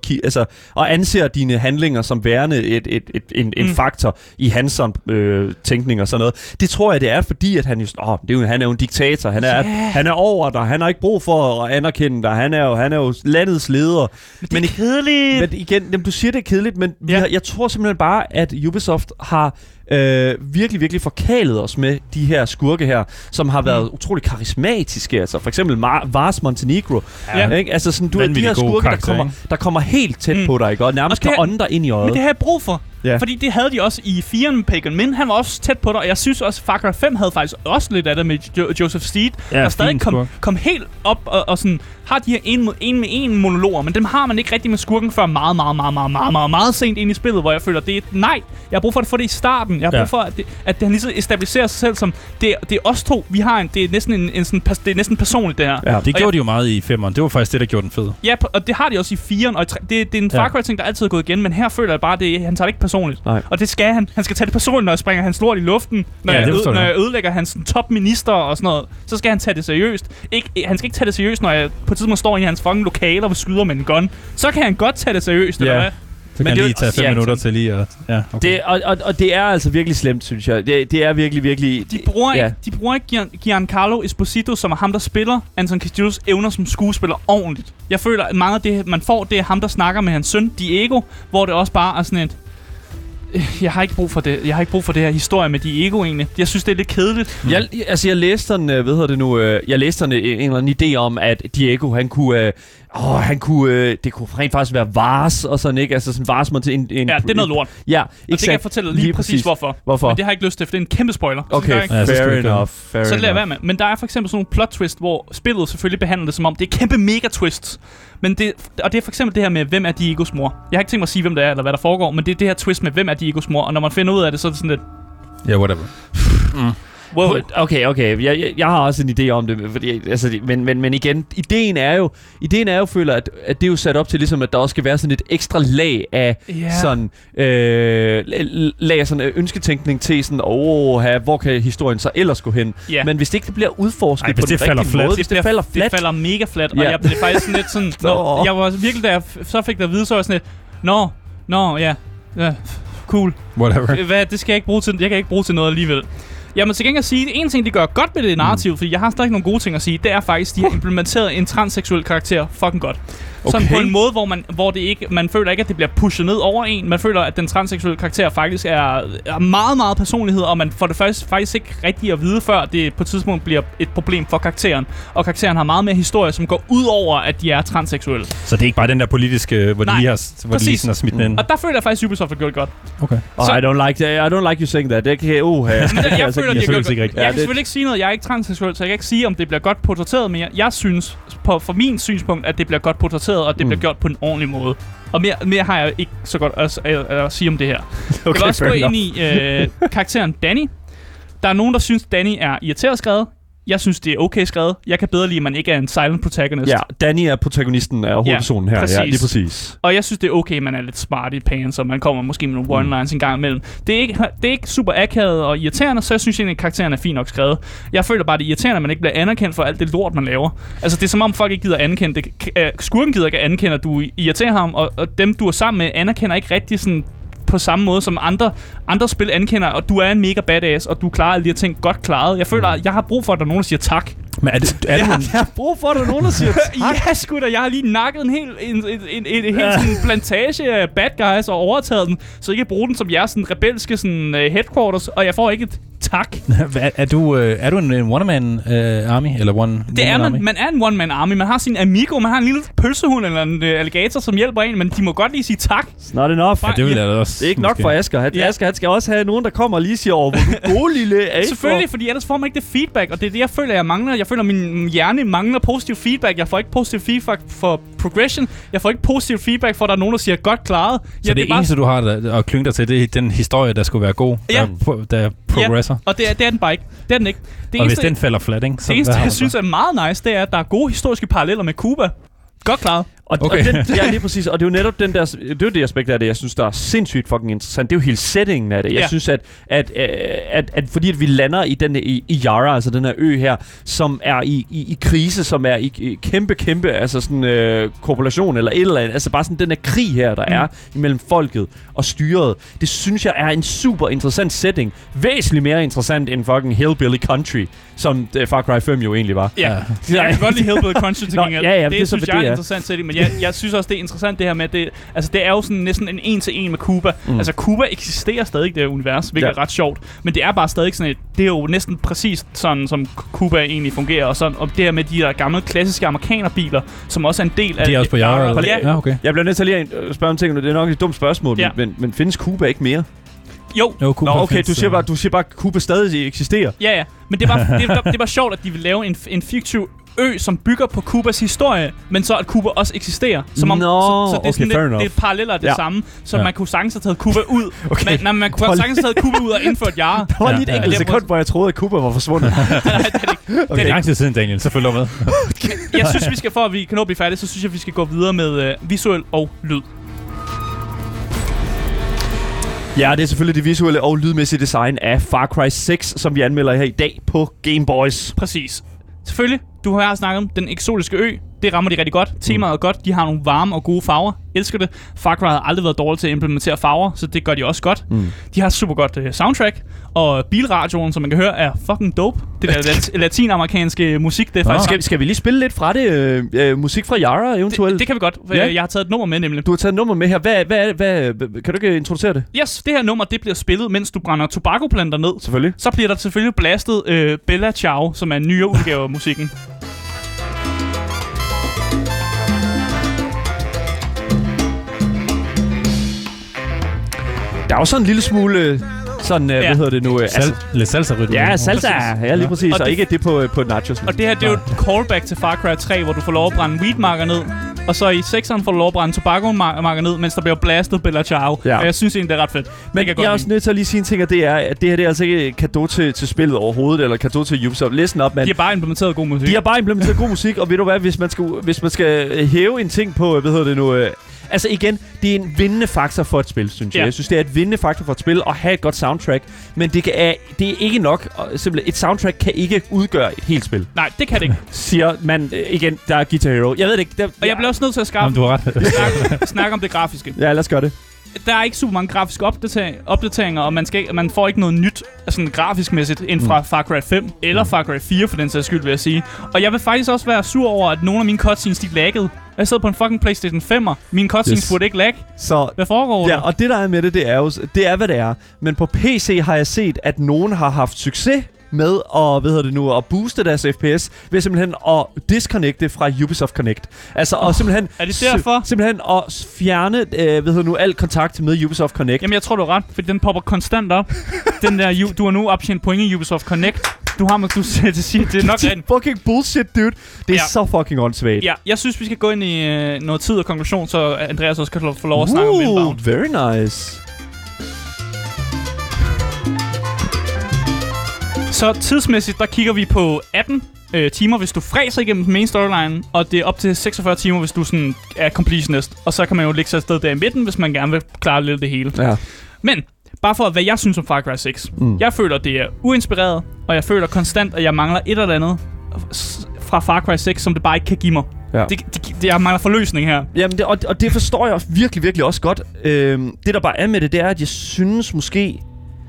og anser dine handlinger som værende en faktor i hans tænkning og sådan noget. Det tror jeg, det er, fordi at han han er jo en diktator. Han er over dig. Han har ikke brug for at anerkende dig. Han er jo landets leder. Men det er kedeligt. Men igen, jamen, du siger, det er kedeligt, men jeg tror simpelthen bare, at Ubisoft har virkelig, virkelig forkælet os med de her skurke her, som har været utrolig karismatiske. Altså for eksempel Vars Montenegro. Ja. Ikke? Altså sådan, du er de her skurke, der kommer helt tæt på dig, ikke? Og nærmest kan ånde dig ind i øjet. Men det har jeg brug for. Ja. Fordi det havde de også i 4'eren med Pagan Min. Han var også tæt på dig, og jeg synes også, Far Cry 5 havde faktisk også lidt af det med Joseph Steed, der stadig kom helt op og sådan, har de her en monologer, men dem har man ikke rigtig med skurken før meget sent ind i spillet, hvor jeg føler, det er nej. Jeg har brug for at få det i starten. Jeg har brug for, at han lige så establiserer sig selv som, det er os to. Vi har det er næsten det er næsten personligt, det her. Ja, det gjorde de jo meget i 5'eren. Det var faktisk det, der gjorde den fed. Ja, og det har de også i 4'eren, og det er en Far Cry-ting, der altid er gået igen, men her føler jeg bare, han tager det ikke personligt. Nej. Og det skal han. Han skal tage det personligt, når jeg springer hans lort i luften, når jeg ødelægger hans topminister og sådan noget. Så skal han tage det seriøst. Han skal ikke tage det seriøst, når jeg på et tidspunkt står i hans fucking lokaler og skyder med en gun. Så kan han godt tage det seriøst, eller hvad? Så kan lige tage 5 minutter til lige at... Ja, okay. Det er altså virkelig slemt, synes jeg. Det er virkelig, virkelig... De bruger ikke Giancarlo Esposito, som er ham, der spiller Anton Castillos evner som skuespiller ordentligt. Jeg føler, at meget af det, man får, det er ham, der snakker med hans søn, Diego, hvor det også bare er sådan et... Jeg har ikke brug for det. Jeg har ikke brug for det her historie med Diego egentlig. Jeg synes, det er lidt kedeligt. Jeg læste en, jeg læste en eller anden idé om, at Diego, det kunne rent faktisk være Vars og sådan, ikke? Altså sådan Vars til en ja, det er noget lort. Ja, og det kan jeg fortælle lige præcis hvorfor. Men det har jeg ikke lyst til, for det er en kæmpe spoiler. Okay, fair enough. Så lad være med. Men der er for eksempel sådan nogle plot twist, hvor spillet selvfølgelig behandler det som om, det er kæmpe mega twists. Men det er for eksempel det her med, hvem er Diegos mor. Jeg har ikke tænkt mig at sige, hvem det er, eller hvad der foregår, men det er det her twist med, hvem er Diegos mor. Og når man finder ud af det, så er det sådan lidt... Ja, whatever. Wow. Okay. Jeg har også en idé om det, fordi, altså, men igen, ideen er jo føler, at det er jo sat op til ligesom, at der også skal være sådan et ekstra lag af sådan ønsketænkning til sådan, hvor kan historien så ellers gå hen? Yeah. Men hvis det ikke bliver udforsket på den rigtige måde, hvis det falder flat. Det falder mega flat, og jeg blev faktisk sådan lidt sådan, jeg var virkelig, da jeg så fik det at vide, så var jeg sådan lidt, cool. Whatever. Det skal jeg ikke bruge til. Jeg kan ikke bruge til noget alligevel. Jeg må til gengæld sige, en ting, de gør godt med det narrativ, fordi jeg har stadig nogle gode ting at sige, det er faktisk, de har implementeret en transseksuel karakter fucking godt. Sådan på en måde, hvor det ikke, man føler ikke, at det bliver pushet ned over en. Man føler, at den transseksuelle karakter faktisk er meget, meget personlighed, og man får det faktisk ikke rigtigt at vide, før det på et tidspunkt bliver et problem for karakteren. Og karakteren har meget mere historie, som går ud over, at de er transseksuelle. Så det er ikke bare den der politiske, hvor de lige har smidt den ind? Og der føler jeg faktisk, at Ubisoft har gjort det godt. Okay. So, I don't like you saying that. Det kan jeg selvfølgelig ikke sige noget. Jeg er ikke transseksuel, så jeg kan ikke sige, om det bliver godt portrætteret, men jeg synes, fra min synspunkt, at det bliver godt portrætteret, og det bliver gjort på en ordentlig måde. Og mere har jeg ikke så godt at sige om det her. Jeg vil også gå ind i karakteren Danny. Der er nogen, der synes, Danny er irriteret skrevet. Jeg synes, det er okay skrevet. Jeg kan bedre lide, at man ikke er en silent protagonist. Ja, Danny er protagonisten af hovedpersonen her. Præcis. Ja, lige præcis. Og jeg synes, det er okay, at man er lidt smart i pants, og man kommer måske med nogle one-lines en gang imellem. Det er ikke super akavet og irriterende, så jeg synes egentlig, at karakteren er fint nok skrevet. Jeg føler bare, det er irriterende, at man ikke bliver anerkendt for alt det lort, man laver. Altså, det er som om folk ikke gider anerkende det. Skurken gider ikke anerkende, at du irriterer ham, og dem, du er sammen med, anerkender ikke rigtig sådan på samme måde som andre spil anerkender, og du er en mega badass, og du klarer alle de her ting godt klaret. Jeg føler, at jeg har brug for, at der er nogen, der siger tak. Men jeg har brug for, at der er nogen, der siger tak. Ja, sgu da. Jeg har lige nakket en hel sådan plantage af bad guys og overtaget den, så jeg kan bruge den som jeres sådan rebelske sådan, headquarters, og jeg får ikke et tak. Er du en one-man army? Eller det er man. Man er en one-man army. Man har sin amigo, man har en lille pølsehund eller en alligator, som hjælper en, men de må godt lige sige tak. It's not enough. Ja, det vil jeg også. Det er ikke nok for Asger. Asger skal også have nogen, der kommer og lige siger, hvor du god lille A. Selvfølgelig, fordi ellers får man ikke det feedback, og det er det, jeg føler, jeg mangler. Jeg føler, min hjerne mangler positiv feedback. Jeg får ikke positiv feedback for progression. Jeg får ikke positiv feedback for, at der er nogen, der siger, godt klaret. Så det eneste, du har at klynge dig til, det er den historie, der skulle være god, der progresser. Ja, og det er den bare ikke. Det er den ikke. Og hvis den falder flat, ikke? Det eneste, jeg synes er meget nice, det er, at der er gode historiske paralleller med Cuba. Godt klaret. Okay. Og ja, lige præcis. Og det er jo netop det er jo det aspekt af det, jeg synes, der er sindssygt fucking interessant. Det er jo hele settingen af det. Jeg synes, at fordi at vi lander i Yara, altså den her ø her, som er i krise, som er i kæmpe, altså sådan korporation eller et eller andet. Altså bare sådan den her krig her, der er imellem folket og styret. Det synes jeg er en super interessant setting. Væsentligt mere interessant end fucking Hillbilly Country, som Far Cry 5 jo egentlig var. Ja, jeg kan godt lide Hillbilly Country til gengæld. Det synes jeg er en interessant setting, men jeg synes også, det er interessant det her med, at det er jo sådan næsten en en-til-en med Cuba. Altså Cuba eksisterer stadig det univers, hvilket er ret sjovt, men det er bare stadig sådan det er jo næsten præcis sådan, som Cuba egentlig fungerer, og sådan, og det her med de der gamle, klassiske amerikanerbiler, som også er en del af... Det er også på Yara. Ja, okay. Jeg bliver nødt til lige at spørge om ting, det er nok et dumt spørgsmål, men findes Cuba ikke mere? Jo. Okay, du siger bare, at Cuba stadig eksisterer. Ja. Men det var sjovt, at de vil lave en fiktiv ø, som bygger på Cubas historie, men så at Cuba også eksisterer. Som om, så det er sådan det er paralleller af det samme, så man kunne sagtens have taget Cuba ud. Okay. Men man kunne sagtens have taget Cuba ud og indført Yara. Der var lige et enkelt sekund, hvor jeg troede, at Cuba var forsvundet. Det er lang tid siden, Daniel. Så følger med. Jeg synes, vi skal, for at vi kan nå at blive færdige, så synes jeg, vi skal gå videre med visuel og lyd. Ja, det er selvfølgelig det visuelle og lydmæssige design af Far Cry 6, som vi anmelder her i dag på Game Boys. Præcis. Selvfølgelig, du har snakket om den eksotiske ø. Det rammer de rigtig godt. Temaet er godt. De har nogle varme og gode farver. Elsker det. Far Cry har aldrig været dårlig til at implementere farver, så det gør de også godt. De har super godt soundtrack, og bilradioen, som man kan høre, er fucking dope. Det der latinamerikanske musik, det er faktisk... Skal vi lige spille lidt fra det? Musik fra Yara eventuelt? Det kan vi godt. Jeg har taget et nummer med, nemlig. Du har taget et nummer med her. Hvad kan du ikke introducere det? Yes, det her nummer, det bliver spillet, mens du brænder tobacco-planter ned. Selvfølgelig. Så bliver der selvfølgelig blastet Bella Ciao, som er en nyere udgave af musikken. Der er jo sådan en lille smule sådan, hvad hedder det nu? Lidt salsa-rytme. Ja, salsa. Ja, lige præcis. Og ikke det på nachos. Og det her, det er jo et callback til Far Cry 3, hvor du får lov at brænde weedmarker ned. og så i 6'eren får du lov at brænde tobacco-marker ned, mens der bliver blastet Bella Ciao. Ja. Og jeg synes egentlig, det er ret fedt. Men jeg er også nødt til at lige sige en ting, og det er, at det her det er altså ikke cadeau til spillet overhovedet, eller cadeau til Ubisoft. Listen up, man. De har bare implementeret god musik. De har bare implementeret god musik, og ved du hvad, hvis man skal hæve en ting på, hvad hedder det nu... Altså igen, det er en vindende faktor for et spil, synes jeg. Jeg synes, det er et vindende faktor for et spil at have et godt soundtrack, men det er ikke nok. Simpelthen, et soundtrack kan ikke udgøre et helt spil. Nej, det kan det ikke. Siger man igen, der er Guitar Hero. Jeg ved det ikke. Og jeg bliver også nødt til at skaffe... Du har ret. Snakke om det grafiske. Ja, lad os gøre det. Der er ikke super mange grafiske opdateringer, og man får ikke noget nyt sådan grafisk-mæssigt ind fra Far Cry 5 eller Far Cry 4 for den sags skyld, vil jeg sige. Og jeg vil faktisk også være sur over, at nogle af mine cutscenes, de laggede. Jeg sidder på en fucking PlayStation 5'er. Mine cutscenes burde ikke lagge. Så hvad foregår der? Ja, og det der er med det er jo, det er hvad det er. Men på PC har jeg set, at nogen har haft succes med at booste deres FPS ved simpelthen at disconnecte fra Ubisoft Connect. Altså og simpelthen er det derfor? Simpelthen at fjerne al kontakt med Ubisoft Connect. Jamen jeg tror du er ret, for den popper konstant op. Den der du har nu optjent point i Ubisoft Connect. Du siger, det er nok rent. Fucking bullshit, dude. Det er så fucking åndssvagt. Ja, jeg synes vi skal gå ind i noget tid og konklusion, så Andreas også kan få lov at snakke om Inbound. Very nice. Så tidsmæssigt, der kigger vi på 18 timer, hvis du fræser igennem den main storyline, og det er op til 46 timer, hvis du sådan er completionist. Og så kan man jo lægge sig et sted der i midten, hvis man gerne vil klare lidt det hele. Ja. Men bare for hvad jeg synes om Far Cry 6. Jeg føler, det er uinspireret, og jeg føler konstant, at jeg mangler et eller andet fra Far Cry 6, som det bare ikke kan give mig. Ja. Jeg mangler forløsning her. Jamen, og det forstår jeg virkelig, virkelig også godt. Det der bare er med det er, at jeg synes måske...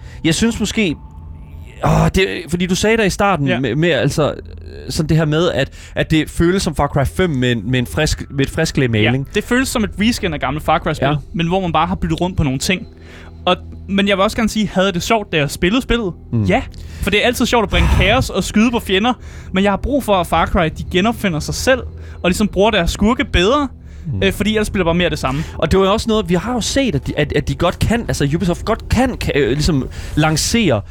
fordi du sagde der i starten med altså sådan det her med at det føles som Far Cry 5 med et frisk lag maling. Ja, det føles som et reskin af gamle Far Cry spil, men hvor man bare har byttet rundt på nogle ting. Men jeg vil også gerne sige, havde det sjovt, da jeg spillede spillet? Ja, for det er altid sjovt at bringe kaos og skyde på fjender, men jeg har brug for, at Far Cry de genopfinder sig selv og ligesom bruger deres skurke bedre. Fordi ellers bliver bare mere det samme. Og det var jo også noget, vi har jo set, at de godt kan, altså Ubisoft godt kan ligesom lancere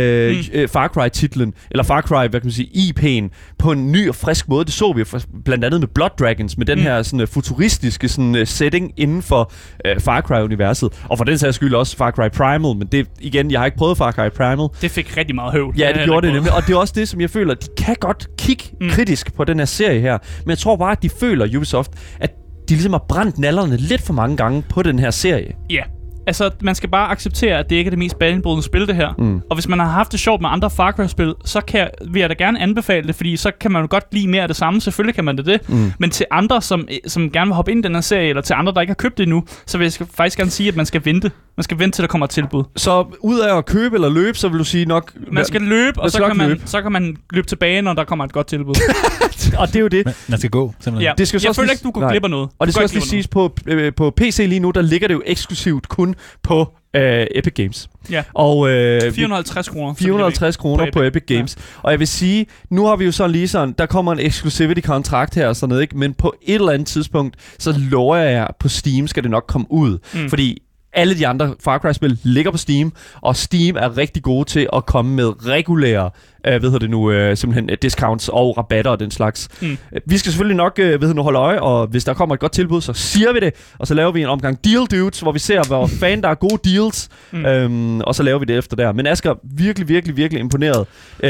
Far Cry-titlen, eller Far Cry, hvad kan man sige, IP'en, på en ny og frisk måde. Det så vi blandt andet med Blood Dragons, med den her sådan futuristiske sådan setting inden for Far Cry-universet. Og for den sags skyld også Far Cry Primal, men det igen, jeg har ikke prøvet Far Cry Primal. Det fik rigtig meget høvl. Ja, det gjorde det nemlig. Og det er også det, som jeg føler, de kan godt kigge kritisk på den her serie her. Men jeg tror bare, at de føler, Ubisoft, at de ligesom har brændt nallerne lidt for mange gange på den her serie. Ja. Altså, man skal bare acceptere, at det ikke er det mest banebrydende spil, det her. Og hvis man har haft det sjovt med andre Far Cry-spil, så vil jeg da gerne anbefale det, fordi så kan man jo godt lide mere af det samme. Selvfølgelig kan man det. Men til andre, som gerne vil hoppe ind i den her serie, eller til andre, der ikke har købt det endnu, så vil jeg faktisk gerne sige, at man skal vente. Man skal vente til, der kommer et tilbud. Så ud af at købe eller løbe, så vil du sige nok... Man skal løbe, og så kan man løbe tilbage, når der kommer et godt tilbud. Og det er jo det. Man skal gå, simpelthen. Ja. Det skal jeg føler ikke, du går glip af noget. Og det skal også lige siges, på PC lige nu, der ligger det jo eksklusivt kun på Epic Games. Ja. Og 450 kroner. 450 kroner på Epic Games. Ja. Og jeg vil sige, nu har vi jo sådan lige sådan, der kommer en exclusivity-kontrakt her og sådan noget, ikke? Men på et eller andet tidspunkt, så lover jeg, på Steam skal det nok komme ud. Fordi alle de andre Far Cry-spil ligger på Steam, og Steam er rigtig gode til at komme med regulære simpelthen discounts og rabatter og den slags. Vi skal selvfølgelig nok holde øje, og hvis der kommer et godt tilbud, så siger vi det, og så laver vi en omgang Deal Dudes, hvor vi ser, hvor fanden der er gode deals, og så laver vi det efter der. Men Asger, virkelig, virkelig, virkelig imponeret.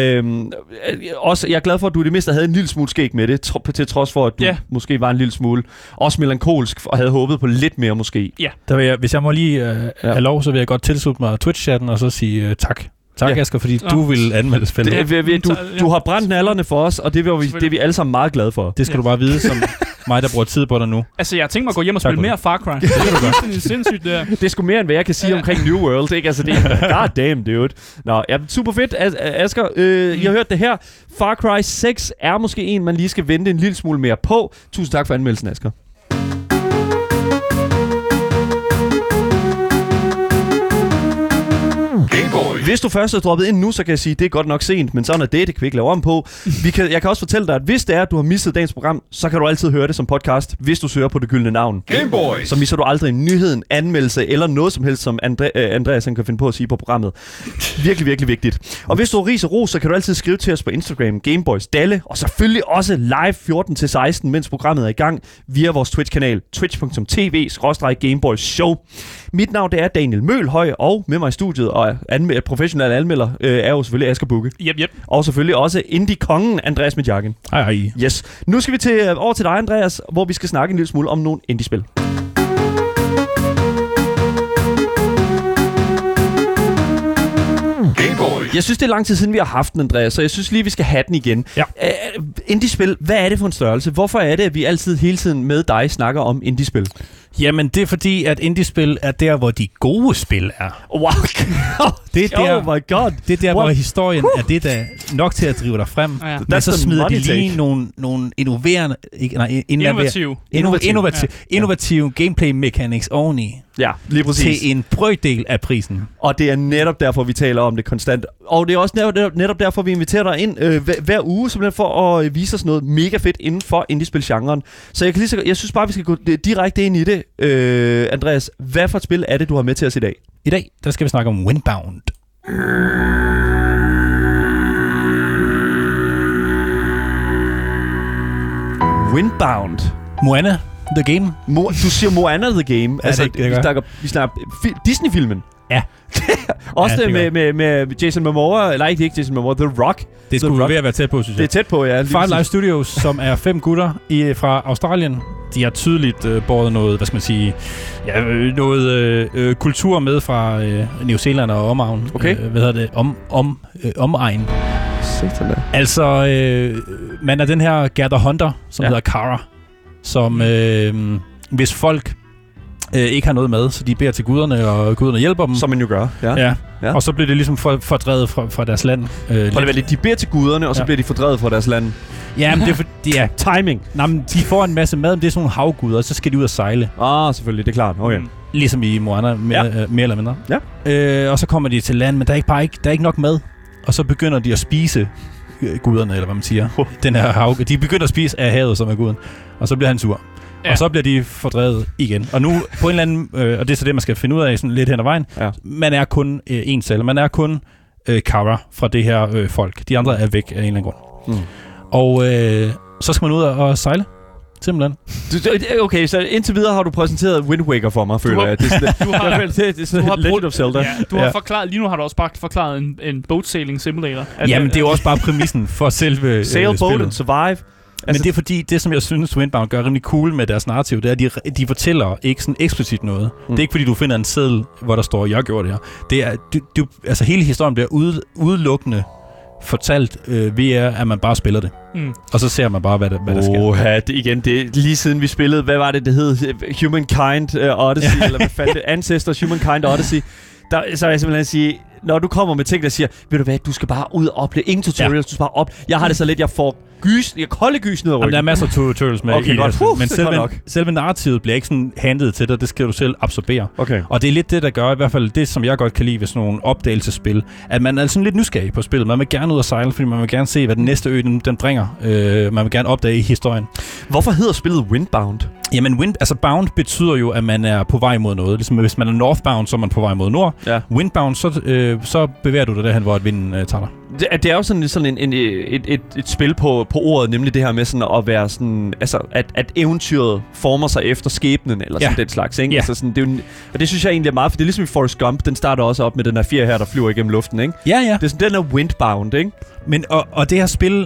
Også, jeg er glad for, at du i det mindste havde en lille smule skæg med det, til trods for, at du måske var en lille smule også melankolsk, og havde håbet på lidt mere måske. Ja. Der vil jeg, hvis jeg må lige have lov, så vil jeg godt tilslutte mig Twitch-chatten, og så sige tak. Tak, Asger, fordi du vil anmelde spillet. Du har brændt nallerne for os, og det er vi alle sammen meget glade for. Det skal du bare vide, som mig, der bruger tid på dig nu. Altså, jeg har tænkt mig at gå hjem og spille mere Far Cry. Det er sindssygt, det her. Det er sgu mere, end hvad jeg kan sige omkring New World, ikke? Altså, det er god damn, dude. Nå, ja, super fedt, Asger. I har hørt det her. Far Cry 6 er måske en, man lige skal vente en lille smule mere på. Tusind tak for anmeldelsen, Asger. Hvis du først er droppet ind nu, så kan jeg sige, at det er godt nok sent, men sådan er det kan vi ikke lave om på. Jeg kan også fortælle dig, at hvis det er, at du har misset dagens program, så kan du altid høre det som podcast, hvis du søger på det gyldne navn. Gameboys! Så misser du aldrig en nyhed, anmeldelse eller noget som helst, som Andreas kan finde på at sige på programmet. Virkelig, virkelig vigtigt. Og hvis du har ris og ros, så kan du altid skrive til os på Instagram, Gameboys Dalle, og selvfølgelig også live 14-16, mens programmet er i gang, via vores Twitch-kanal, twitch.tv/Gameboys Show. Mit navn det er Daniel Mølhøj, og med mig i studiet og professionel anmelder er jo selvfølgelig Asger Bukke. Yep. Og selvfølgelig også indie-kongen Andreas Midjakken. Hej. Yes. Nu skal vi over til dig, Andreas, hvor vi skal snakke en lille smule om nogle indie-spil. Jeg synes, det er lang tid siden, vi har haft den, Andreas, så jeg synes lige, vi skal have den igen. Ja. Indie-spil, hvad er det for en størrelse? Hvorfor er det, at vi altid hele tiden med dig snakker om indie-spil? Jamen, det er fordi, at indie-spil er der, hvor de gode spil er. Wow. Det er der, oh my god. Det er der, hvor historien er det, der nok til at drive dig frem. Ja. Men så smider de lige nogle innovative gameplay mechanics oveni. Ja, lige præcis. Til en brøkdel af prisen. Og det er netop derfor, vi taler om det konstant. Og det er også netop derfor, vi inviterer dig ind hver uge, simpelthen for at vise os noget mega fedt inden for indie-spil-genren. Så jeg synes bare, vi skal gå direkte ind i det. Andreas, hvad for et spil er det, du har med til os i dag? I dag, der skal vi snakke om Windbound. Windbound. Moana The Game. Du siger Moana The Game. Ja, altså, det vi snakker Disney-filmen. Ja. Også med Jason Momoa, eller ikke Jason Momoa, The Rock. Det skulle ved at være tæt på, synes jeg. Det er tæt på, ja. Five Live Studios, som er 5 gutter fra Australien. De har tydeligt båret noget, hvad skal man sige, noget kultur med fra New Zealand og omegn. Okay. Omegn. Altså, man er den her Gather Hunter, som hedder Kara, som hvis folk ikke har noget med, så de beder til guderne, og guderne hjælper dem. Som man jo gør, ja. Og så bliver det ligesom fordrevet fra deres land. De beder til guderne, og så bliver de fordrevet fra deres land. Ja, men det er timing. Nej, men de får en masse mad, men det er sådan nogle havguder, og så skal de ud og sejle. Selvfølgelig, det er klart. Okay. Ligesom i Moana, mere eller mindre. Ja. Og så kommer de til land, men der er ikke nok mad. Og så begynder de at spise guderne, eller hvad man siger. Den her havgud. De begynder at spise af havet, som er guden. Og så bliver han sur. Ja. Og så bliver de fordrevet igen. Og nu på en eller anden... og det er så det, man skal finde ud af sådan lidt hen ad vejen. Ja. Man er kun en selv. Man er kun Kara fra det her folk. De andre er væk af en eller anden grund. Og så skal man ud og sejle. Simpelthen. Okay, så indtil videre har du præsenteret Wind Waker for mig, føler jeg. Det er sådan Legend of Zelda. Ja, du har forklaret, lige nu har du også bare forklaret en boat sailing simulator. Jamen, det er jo også bare præmissen for selve Sailboat and Survive. Men det er fordi, det som jeg synes Windbound gør rimelig cool med deres narrativ, det er, at de fortæller ikke sådan eksplicit noget. Det er ikke fordi, du finder en seddel, hvor der står, jeg gjorde det her. Det er, altså hele historien bliver udelukkende fortalt via, at man bare spiller det. Og så ser man bare, hvad der sker. Det er lige siden vi spillede, hvad var det hed? Humankind Odyssey, eller hvad fanden det? Ancestors Humankind Odyssey. Så vil jeg simpelthen sige, når du kommer med ting, der siger, ved du hvad, du skal bare ud og opleve. Ingen tutorials, du skal bare op. Jeg har det så lidt, jeg får kolde gys ned ad ryggen. Der er masser af tutorials med okay, men selve narrativet bliver ikke sådan handlet til dig, det skal du selv absorbere. Okay. Og det er lidt det, der gør, i hvert fald det, som jeg godt kan lide ved sådan nogle opdagelsesspil, at man er sådan lidt nysgerrig på spillet. Man vil gerne ud og sejle, fordi man vil gerne se, hvad den næste ø den bringer. Man vil gerne opdage i historien. Hvorfor hedder spillet Windbound? Jamen, bound betyder jo, at man er på vej mod noget. Ligesom hvis man er northbound, så er man på vej mod nord. Ja. Windbound, så bevæger du dig derhen, hvor vinden tager dig. Det er jo sådan et spil på ordet, nemlig det her med sådan at være sådan, altså at eventyret former sig efter skæbnen eller sådan den slags, ikke? Altså sådan, det er jo, og det synes jeg egentlig er meget, for det er ligesom i Forrest Gump, den starter også op med den her fjer her, der flyver igennem luften, ikke? Ja. Det er sådan, den er Windbound, ikke? Men og det her spil,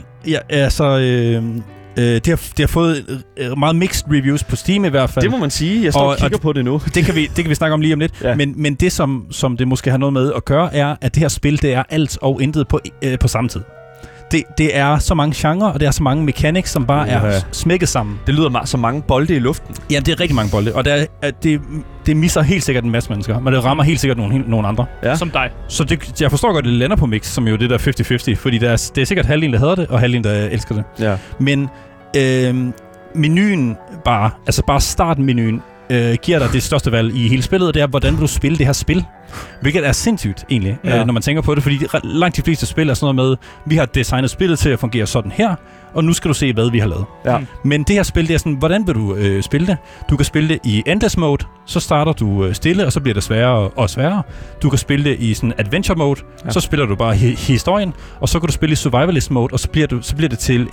det har fået meget mixed reviews på Steam i hvert fald. Det må man sige. Jeg står og kigger på det nu. Det kan vi snakke om lige om lidt. Ja. Men det, som det måske har noget med at gøre, er, at det her spil, det er alt og intet på samme tid. Det er så mange genrer, og det er så mange mechanics, som bare er smækket sammen. Det lyder så mange bolde i luften. Ja, det er rigtig mange bolde, og det misser helt sikkert en masse mennesker, men det rammer helt sikkert nogle andre. Ja. Som dig. Så jeg forstår godt, at det lander på mix, som jo det der 50-50, fordi det er sikkert halvdelen, der hader det, og halvdelen, der elsker det. Ja. Men menuen bare startmenuen, giver dig det største valg i hele spillet, og det er, hvordan vil du spille det her spil? Hvilket er sindssygt, egentlig, når man tænker på det, fordi langt de fleste spil er sådan noget med, vi har designet spillet til at fungere sådan her, og nu skal du se, hvad vi har lavet. Ja. Men det her spil, det er sådan, hvordan vil du spille det? Du kan spille det i endless mode, så starter du stille, og så bliver det sværere og sværere. Du kan spille det i sådan adventure mode, så spiller du bare historien, og så kan du spille i survivalist mode, og så bliver det til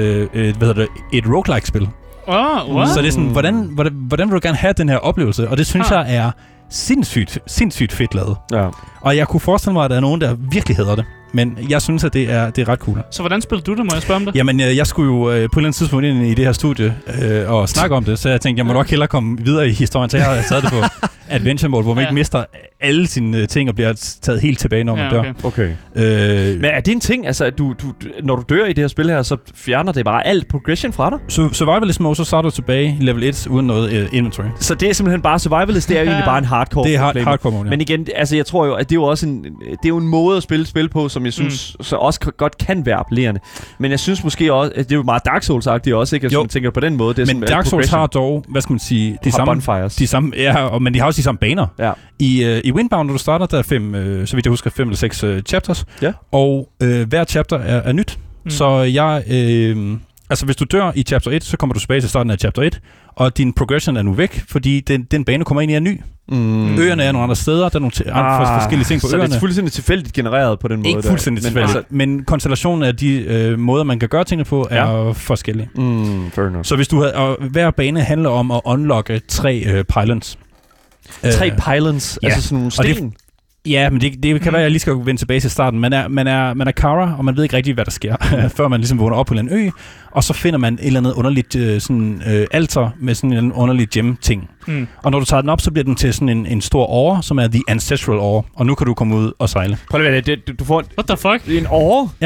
et roguelike-spil. Wow. Så det er sådan, hvordan vil du gerne have den her oplevelse? Og det synes jeg er sindssygt fedt lavet. Ja. Og jeg kunne forestille mig, at der er nogen, der virkelig hader det. Men jeg synes, at det er ret cool. Så hvordan spiller du det? Må jeg spørge om det? Jamen, jeg skulle jo på et eller andet tidspunkt ind i det her studie og snakke om det, så jeg tænkte, jeg må nok hellere komme videre i historien, så jeg har taget det på adventure mode, hvor man ikke mister alle sine ting og bliver taget helt tilbage, når man dør. Okay. Men er det en ting, altså, at du, når du dør i det her spil her, så fjerner det bare alt progression fra dig? Survivalist mode, så starter du tilbage i level 1 uden noget inventory. Så det er simpelthen bare survivalist, det er jo egentlig bare en hardcore. Det er hardcore mode, ja. Men igen, altså, jeg tror jo, at det er jo også en måde at spille på, som jeg synes så også godt kan være appellerende. Men jeg synes måske også, at det er jo meget Dark Souls-agtigt også, ikke? Jeg tænker på den måde. Det er men sådan, Dark Souls har dog, hvad skal man sige, de samme, men de har også de samme baner. Ja. I Windbound, når du starter, der er 5, så vidt jeg husker, 5 eller 6 chapters. Ja. Og hver chapter er nyt. Så jeg... altså, hvis du dør i chapter 1, så kommer du tilbage til starten af chapter 1, og din progression er nu væk, fordi den bane kommer ind i er ny. Øerne er nogle andre steder, der er nogle andre forskellige ting på øerne. Så det er fuldstændig tilfældigt genereret på den måde? Ikke fuldstændig tilfældigt, men konstellationen af de måder, man kan gøre tingene på, er forskellige. Fair enough. Så hvis du og hver bane handler om at unlocke 3 pylons. 3 pylons? Altså sådan nogle sten? Ja, men det kan være, at jeg lige skal vende tilbage til starten. Man er Kara, og man ved ikke rigtig, hvad der sker, før man ligesom vågner op på en ø, og så finder man et eller andet underligt alter med sådan en underlig gem-ting. Og når du tager den op, så bliver den til sådan en stor åre, som er The Ancestral Åre, og nu kan du komme ud og sejle. Prøv at være du får What the fuck? En åre? Ja.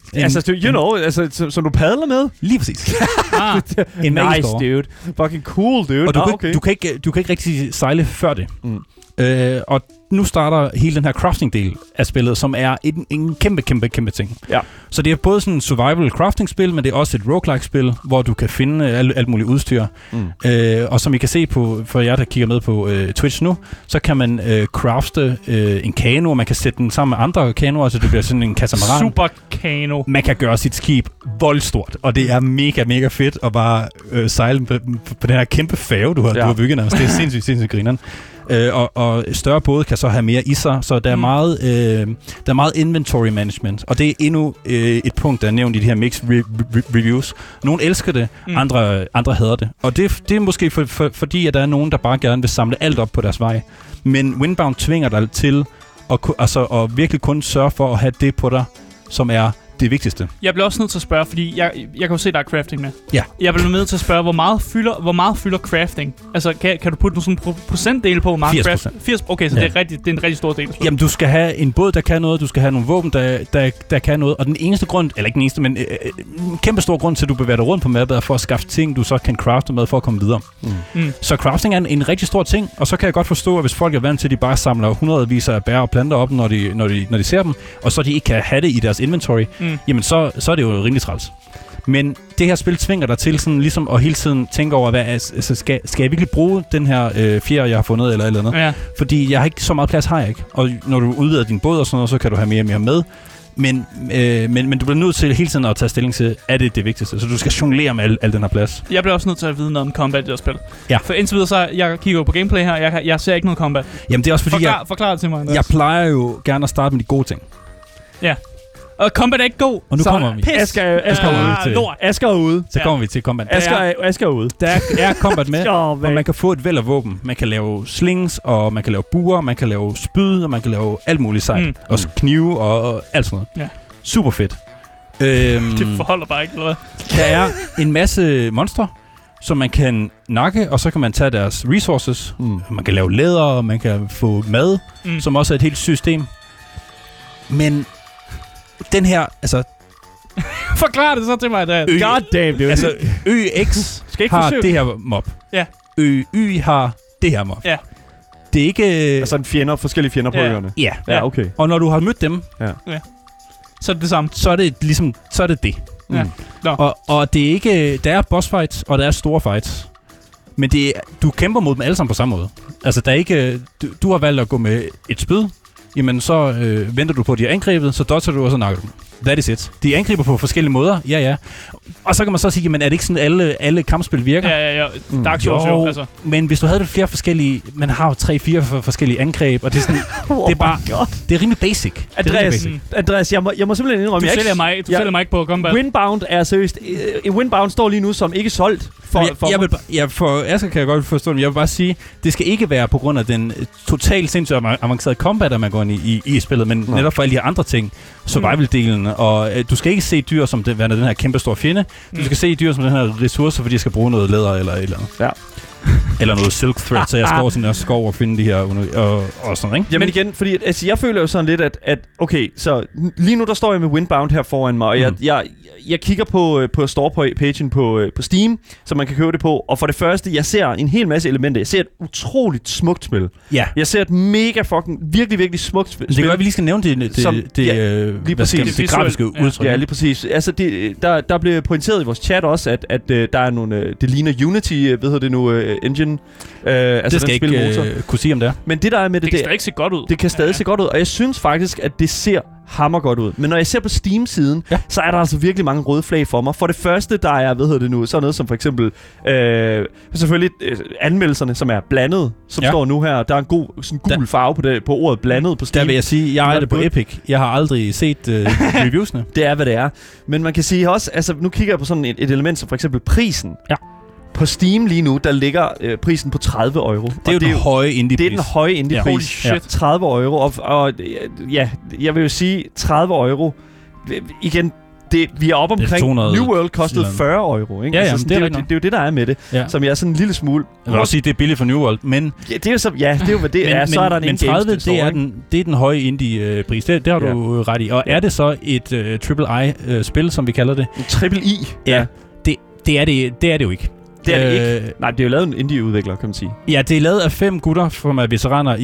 Altså, som du padler med? Lige præcis. En nice, dude. Fucking cool, dude. Og du kan ikke rigtig sejle før det. Og nu starter hele den her crafting-del af spillet, som er en kæmpe ting. Ja. Så det er både sådan et survival crafting-spil, men det er også et roguelike-spil, hvor du kan finde alt muligt udstyr. Og som I kan se på, for jer, der kigger med på Twitch nu, så kan man crafte en kano, og man kan sætte den sammen med andre kanoer, så det bliver sådan en katamaran. Super kano. Man kan gøre sit skib voldstort, og det er mega fedt at bare sejle på den her kæmpe færge, du har bygget nærmest. Det er sindssygt grineren. Og større både kan så have mere i sig, så der er meget inventory management, og det er endnu et punkt, der er nævnt i de her mixed reviews. Nogle elsker det, andre hader det, og det er måske fordi, at der er nogen, der bare gerne vil samle alt op på deres vej. Men Windbound tvinger dig til at virkelig kun sørge for at have det på dig, som er det vigtigste. Jeg bliver også nødt til at spørge, fordi jeg kan jo se, der er crafting med. Ja. Jeg bliver nødt til at spørge, hvor meget fylder crafting? Altså, kan du putte nogle sådan procentdel på, hvor meget 80%. Okay, så det er en rigtig stor del. Jamen, du skal have en båd, der kan noget, du skal have nogle våben, der kan noget, og den eneste grund, eller ikke den eneste, men en kæmpe stor grund til, at du bevæger dig rundt på mappet, er for at skaffe ting, du så kan crafte med for at komme videre. Så crafting er en rigtig stor ting, og så kan jeg godt forstå, at hvis folk er vant til, at de bare samler hundredvis af bær og planter op, når de ser dem, og så de ikke kan have det i deres inventory, jamen så er det jo rimelig træls. Men det her spil tvinger dig til sådan ligesom at hele tiden tænke over, skal jeg virkelig bruge den her fjer, jeg har fundet, eller andet? Ja. Fordi jeg har ikke så meget plads, har jeg ikke. Og når du udvider din båd og sådan noget, så kan du have mere og mere med. Men du bliver nødt til hele tiden at tage stilling til, er det vigtigste? Så du skal jonglere med al den her plads. Jeg bliver også nødt til at vide noget om combat i det her spil. Ja. For indtil videre, så jeg kigger på gameplay her, jeg ser ikke noget combat. Jamen det er også fordi, forklar det til mig. Jeg plejer jo gerne at starte med de gode ting. Ja. Og combat er ikke god. Og nu kommer vi. Asger er ude. Så kommer vi til combat. Asger er ude. Der er combat med, og man kan få et væld af våben. Man kan lave slings, og man kan lave buer, man kan lave spyd, og man kan lave alt muligt sejt. Og knive og alt sådan noget. Ja. Super fedt. Det forholder bare ikke, eller hvad? Der er en masse monstre, som man kan nakke, og så kan man tage deres resources. Man kan lave læder, og man kan få mad, som også er et helt system. Men den her, altså... Forklar det så til mig, Dan. God damn, dude. Altså, ØX har det her mob. Ja. ØY har det her mob. Ja. Det er ikke... Altså forskellige fjender på øerne. Ja. Ja, okay. Og når du har mødt dem, så er det det samme. Så er det ligesom, det. Ja. Og det er ikke... Der er boss fights, og der er store fights. Men du kæmper mod dem alle sammen på samme måde. Altså, der er ikke... Du har valgt at gå med et spyd, jamen så venter du på, at de er angrebet, så dodger du, og så nakker du dem. That is it. De angriber på forskellige måder, ja. Og så kan man så sige, men er det ikke sådan, alle kampspil virker? Ja. Dark Souls jo, altså. Men hvis du havde flere forskellige... Man har jo 3-4 forskellige angreb, og det er sådan... det er bare... Det er rimelig basic. Andreas, jeg må simpelthen indrømme... Du sælger mig ikke på Combat. Windbound er seriøst... Windbound står lige nu som ikke solgt for Asger kan jeg godt forstå det. Jeg vil bare sige, det skal ikke være på grund af den totalt sindssygt avancerede combat, man går ind i spillet, men netop for alle de her andre ting. Survival-delen, og du skal ikke se dyr som den her kæmpe store fjende. Du skal se dyr som den her ressource, fordi de skal bruge noget læder eller et eller andet. Ja. Eller noget silk thread, så jeg skal over sådan en skov og finde de her og sådan, ikke? Jamen igen, fordi altså, jeg føler jo sådan lidt, at okay, så lige nu der står jeg med Windbound her foran mig, og jeg kigger på store-pagen på Steam, så man kan købe det på, og for det første, jeg ser en hel masse elementer. Jeg ser et utroligt smukt spil. Ja. Jeg ser et mega fucking, virkelig, virkelig smukt spil. Det gør, at vi lige skal nævne det grafiske udtryk. Ja, lige præcis. Altså, der blev pointeret i vores chat også, at der er nogle, det ligner Unity, hvad hedder det nu, engine. Altså det skal ikke kunne sige om det er. Men det der er med det kan stadig se godt ud. Det kan stadig se godt ud, og jeg synes faktisk, at det ser hammer godt ud. Men når jeg ser på Steam-siden, så er der altså virkelig mange røde flag for mig. For det første, der er, sådan noget som for eksempel, selvfølgelig anmeldelserne, som er blandet, som står nu her. Der er en god sådan gul farve på ordet blandet på Steam. Der vil jeg sige, jeg er det på Epic. Jeg har aldrig set reviewsene. Det er, hvad det er. Men man kan sige også, altså nu kigger jeg på sådan et element som for eksempel prisen. Ja. På Steam lige nu, der ligger prisen på 30 euro. Det er jo den høje indie-pris. Det er den høje indie-pris. Ja. 30 euro. Og ja, jeg vil jo sige 30 euro. Igen, vi er oppe omkring... New World kostede 40 euro. Ikke? Ja, altså, det er jo det, der er med det. Ja. Som jeg er sådan en lille smule... Jeg vil også sige, det er billigt for New World, men... Ja, det er jo så... Ja, det er jo, hvad det er. Så er der en 30, det er den høje indie-pris. Det har du ret i. Og er det så et triple-I-spil, som vi kalder det? Triple I? Ja. Det er det jo ikke. Det er det ikke. Nej, det er jo lavet en indie-udvikler, kan man sige. Ja, det er lavet af 5 gutter, som er veteraner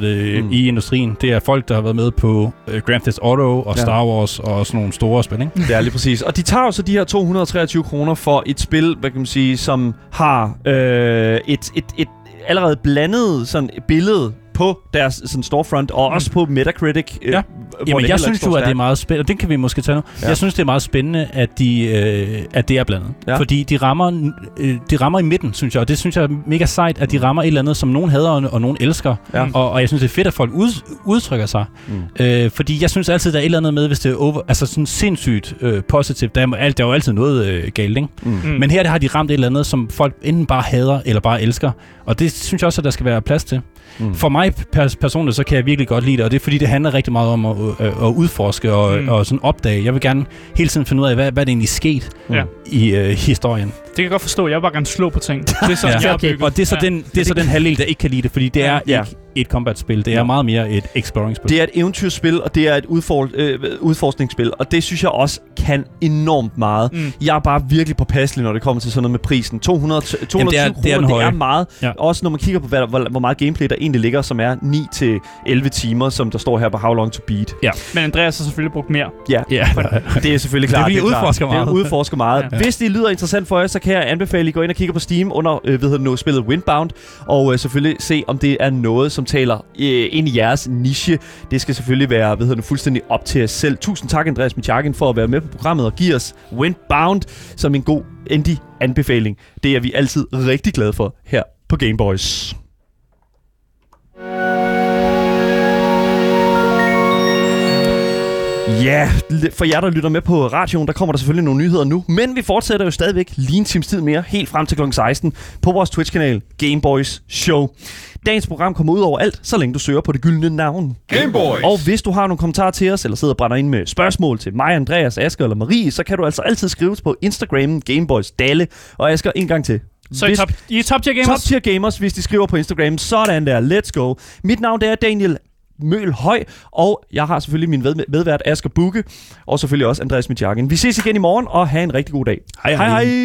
i industrien. Det er folk, der har været med på Grand Theft Auto og Star Wars og sådan nogle store spil, ikke? Det er lige præcis. Og de tager jo så de her 223 kroner for et spil, hvad kan man sige, som har et allerede blandet sådan billede på deres sådan storefront, og også på Metacritic. Jamen, jeg synes jo, at det er meget spændende, og det kan vi måske tage nu. Ja. Jeg synes, det er meget spændende, at det er blandet. Ja. Fordi de rammer i midten, synes jeg, og det synes jeg er mega sejt, at de rammer et eller andet, som nogen hader, og nogen elsker. Ja. Og jeg synes, det er fedt, at folk udtrykker sig. Fordi jeg synes altid, der er et eller andet med, hvis det er sådan sindssygt positivt. Der er jo altid noget galt, ikke? Men her har de ramt et eller andet, som folk enten bare hader, eller bare elsker. Og det synes jeg også, at der skal være plads til. For mig personligt, så kan jeg virkelig godt lide det, og det er fordi, det handler rigtig meget om at udforske og sådan opdage. Jeg vil gerne hele tiden finde ud af, hvad det egentlig sket i historien. Det kan jeg godt forstå. Jeg vil bare gerne slå på ting. Det er sådan, jeg okay. Og det er så den halvdel, der ikke kan lide det, fordi det er ikke et combat-spil. Det er meget mere et exploring-spil. Det er et eventyrspil, og det er et udforskningsspil, og det synes jeg også kan enormt meget. Jeg er bare virkelig påpasselig, når det kommer til sådan noget med prisen. 220 kroner, det er meget. Ja. Også når man kigger på, hvor meget gameplay der egentlig ligger, som er 9-11 timer, som der står her på How Long to Beat. Ja. Men Andreas har selvfølgelig brugt mere. Ja. Det er selvfølgelig klart. Det udforsker meget. Ja. Hvis det lyder interessant for jer, så kan jeg anbefale, at I går ind og kigger på Steam under spillet Windbound, og selvfølgelig se, om det er noget, som taler ind i jeres niche. Det skal selvfølgelig være fuldstændig op til jer selv. Tusind tak, Andreas Michakin, for at være med på programmet og give os Windbound som en god indie-anbefaling. Det er vi altid rigtig glade for her på Gameboys. Ja, for jer, der lytter med på radioen, der kommer der selvfølgelig nogle nyheder nu. Men vi fortsætter jo stadigvæk lige en times tid mere, helt frem til kl. 16 på vores Twitch-kanal Gameboys Show. Dagens program kommer ud over alt, så længe du søger på det gyldne navn Gameboys. Og hvis du har nogle kommentarer til os, eller sidder og brænder ind med spørgsmål til mig, Andreas, Asger eller Marie, så kan du altså altid skrive på Instagram Gameboys Dalle. Og Asger, en gang til. Så I top tier gamers? Top tier gamers, hvis de skriver på Instagram. Sådan der, let's go. Mit navn det er Daniel Mølhøj, og jeg har selvfølgelig min medvært Asger Bukke, og selvfølgelig også Andreas Michakin. Vi ses igen i morgen, og have en rigtig god dag. Hej hej.